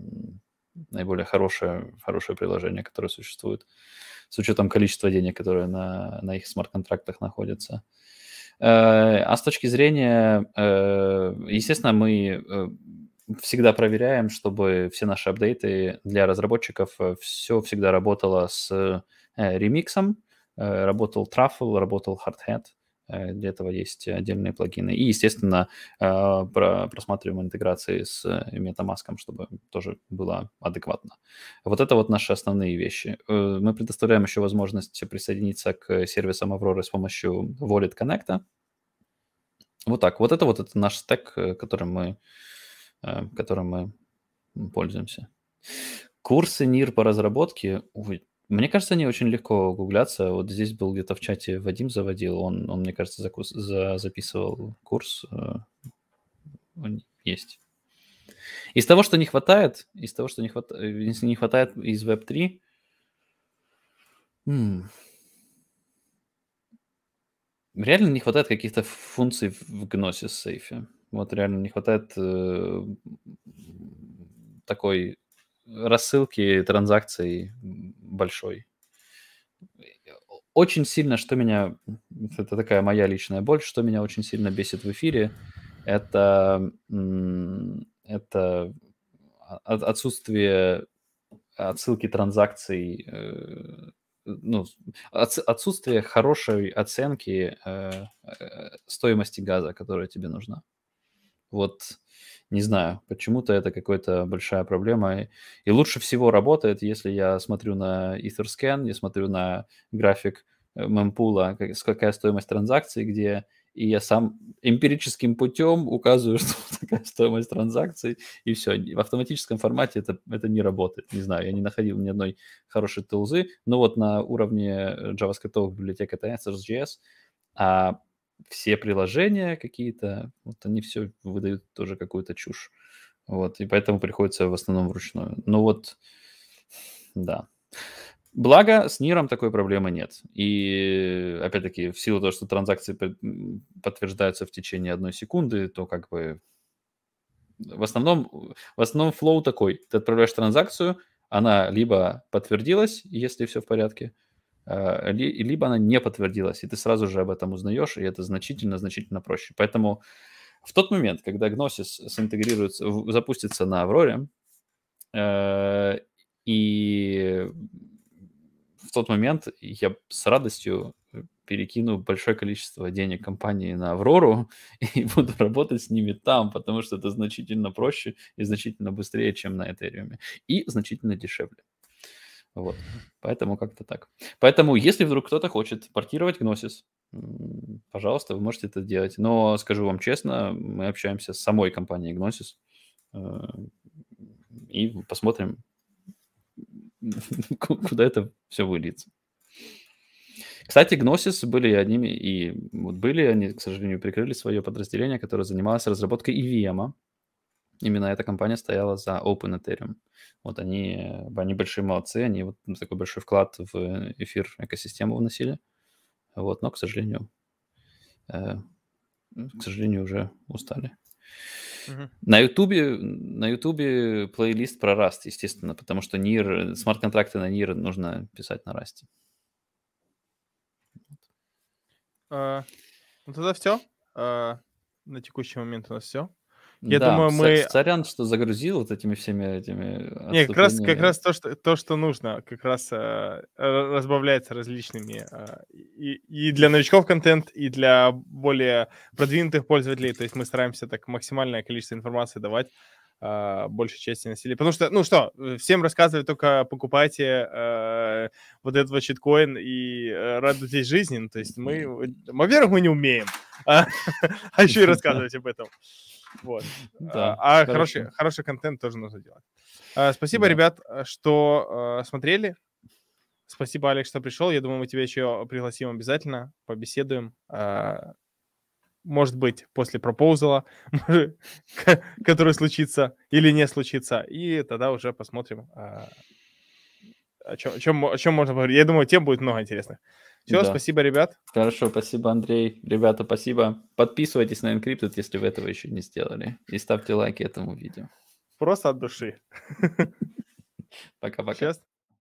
хорошее приложение, которое существует, с учетом количества денег, которые на их смарт-контрактах находятся. А с точки зрения, естественно, мы всегда проверяем, чтобы все наши апдейты для разработчиков, все всегда работало с ремиксом, работал Truffle, работал Hardhat. Для этого есть отдельные плагины. И, естественно, просматриваем интеграции с MetaMask, чтобы тоже было адекватно. Вот это вот наши основные вещи. Мы предоставляем еще возможность присоединиться к сервисам Aurora с помощью Wallet Connect. Вот так. Вот это наш стек, которым мы пользуемся. Курсы НИР по разработке. Ой, мне кажется, они очень легко гуглятся. Вот здесь был где-то в чате Вадим заводил, он мне кажется, записывал курс. Он есть. Из того, что не хватает, если не хватает из Web3, реально не хватает каких-то функций в Gnosis сейфе. Вот реально не хватает такой рассылки транзакций большой. Очень сильно, это такая моя личная боль, что меня очень сильно бесит в эфире, это отсутствие отсылки транзакций, отсутствие хорошей оценки стоимости газа, которая тебе нужна. Вот Не знаю, почему-то это какая-то большая проблема. И лучше всего работает, если я смотрю на Etherscan, я смотрю на график мемпула, какая стоимость транзакций, где и я сам эмпирическим путем указываю, что такая стоимость транзакций, и все. В автоматическом формате это не работает. Не знаю, я не находил ни одной хорошей тулзы, но вот на уровне JavaScript библиотек это Answers.js, а все приложения какие-то, вот они все выдают тоже какую-то чушь. Вот, и поэтому приходится в основном вручную. Ну вот, да. Благо, с Ниром такой проблемы нет. И, опять-таки, в силу того, что транзакции подтверждаются в течение 1 секунды, то как бы в основном флоу такой. Ты отправляешь транзакцию, она либо подтвердилась, если все в порядке, либо она не подтвердилась, и ты сразу же об этом узнаешь, и это значительно проще. Поэтому в тот момент, когда Gnosis синтегрируется, запустится на Авроре, и в тот момент я с радостью перекину большое количество денег компании на Аврору и буду работать с ними там, потому что это значительно проще и значительно быстрее, чем на Ethereum, и значительно дешевле. Вот, поэтому как-то так. Поэтому, если вдруг кто-то хочет портировать Gnosis, пожалуйста, вы можете это делать. Но скажу вам честно, мы общаемся с самой компанией Gnosis и посмотрим, куда это все выльется. Кстати, Gnosis были они, к сожалению, прикрыли свое подразделение, которое занималось разработкой EVM. Именно эта компания стояла за Open Ethereum. Вот они большие молодцы, они вот такой большой вклад в эфир экосистему вносили. Вот, но, к сожалению, уже устали. На Ютубе плейлист про Rust, естественно, потому что смарт-контракты на NIR нужно писать на Rust. Ну, тогда все. На текущий момент у нас все. Я Да, думаю, мы... сорян, что загрузил вот этими всеми этими Не, как отступлениями. раз то, что нужно, как раз разбавляется различными и для новичков контент, и для более продвинутых пользователей. То есть мы стараемся так максимальное количество информации давать большей части населения. Потому что, ну что, всем рассказывать только покупайте вот этот вот щиткоин и радуйтесь жизни. Ну, то есть мы, во-первых, мы не умеем, а еще и рассказывать об этом. Вот. Да, Хороший контент тоже нужно делать. Спасибо, Да. ребят, что смотрели. Спасибо, Алекс, что пришел. Я думаю, мы тебя еще пригласим обязательно, побеседуем. Может быть, после пропоузала, который случится или не случится. И тогда уже посмотрим, о чем можно поговорить. Я думаю, тем будет много интересных. Все, Да. спасибо, ребят. Хорошо, спасибо, Андрей. Ребята, спасибо. Подписывайтесь на Encrypted, если вы этого еще не сделали. И ставьте лайки этому видео. Просто от души. Пока-пока. Сейчас.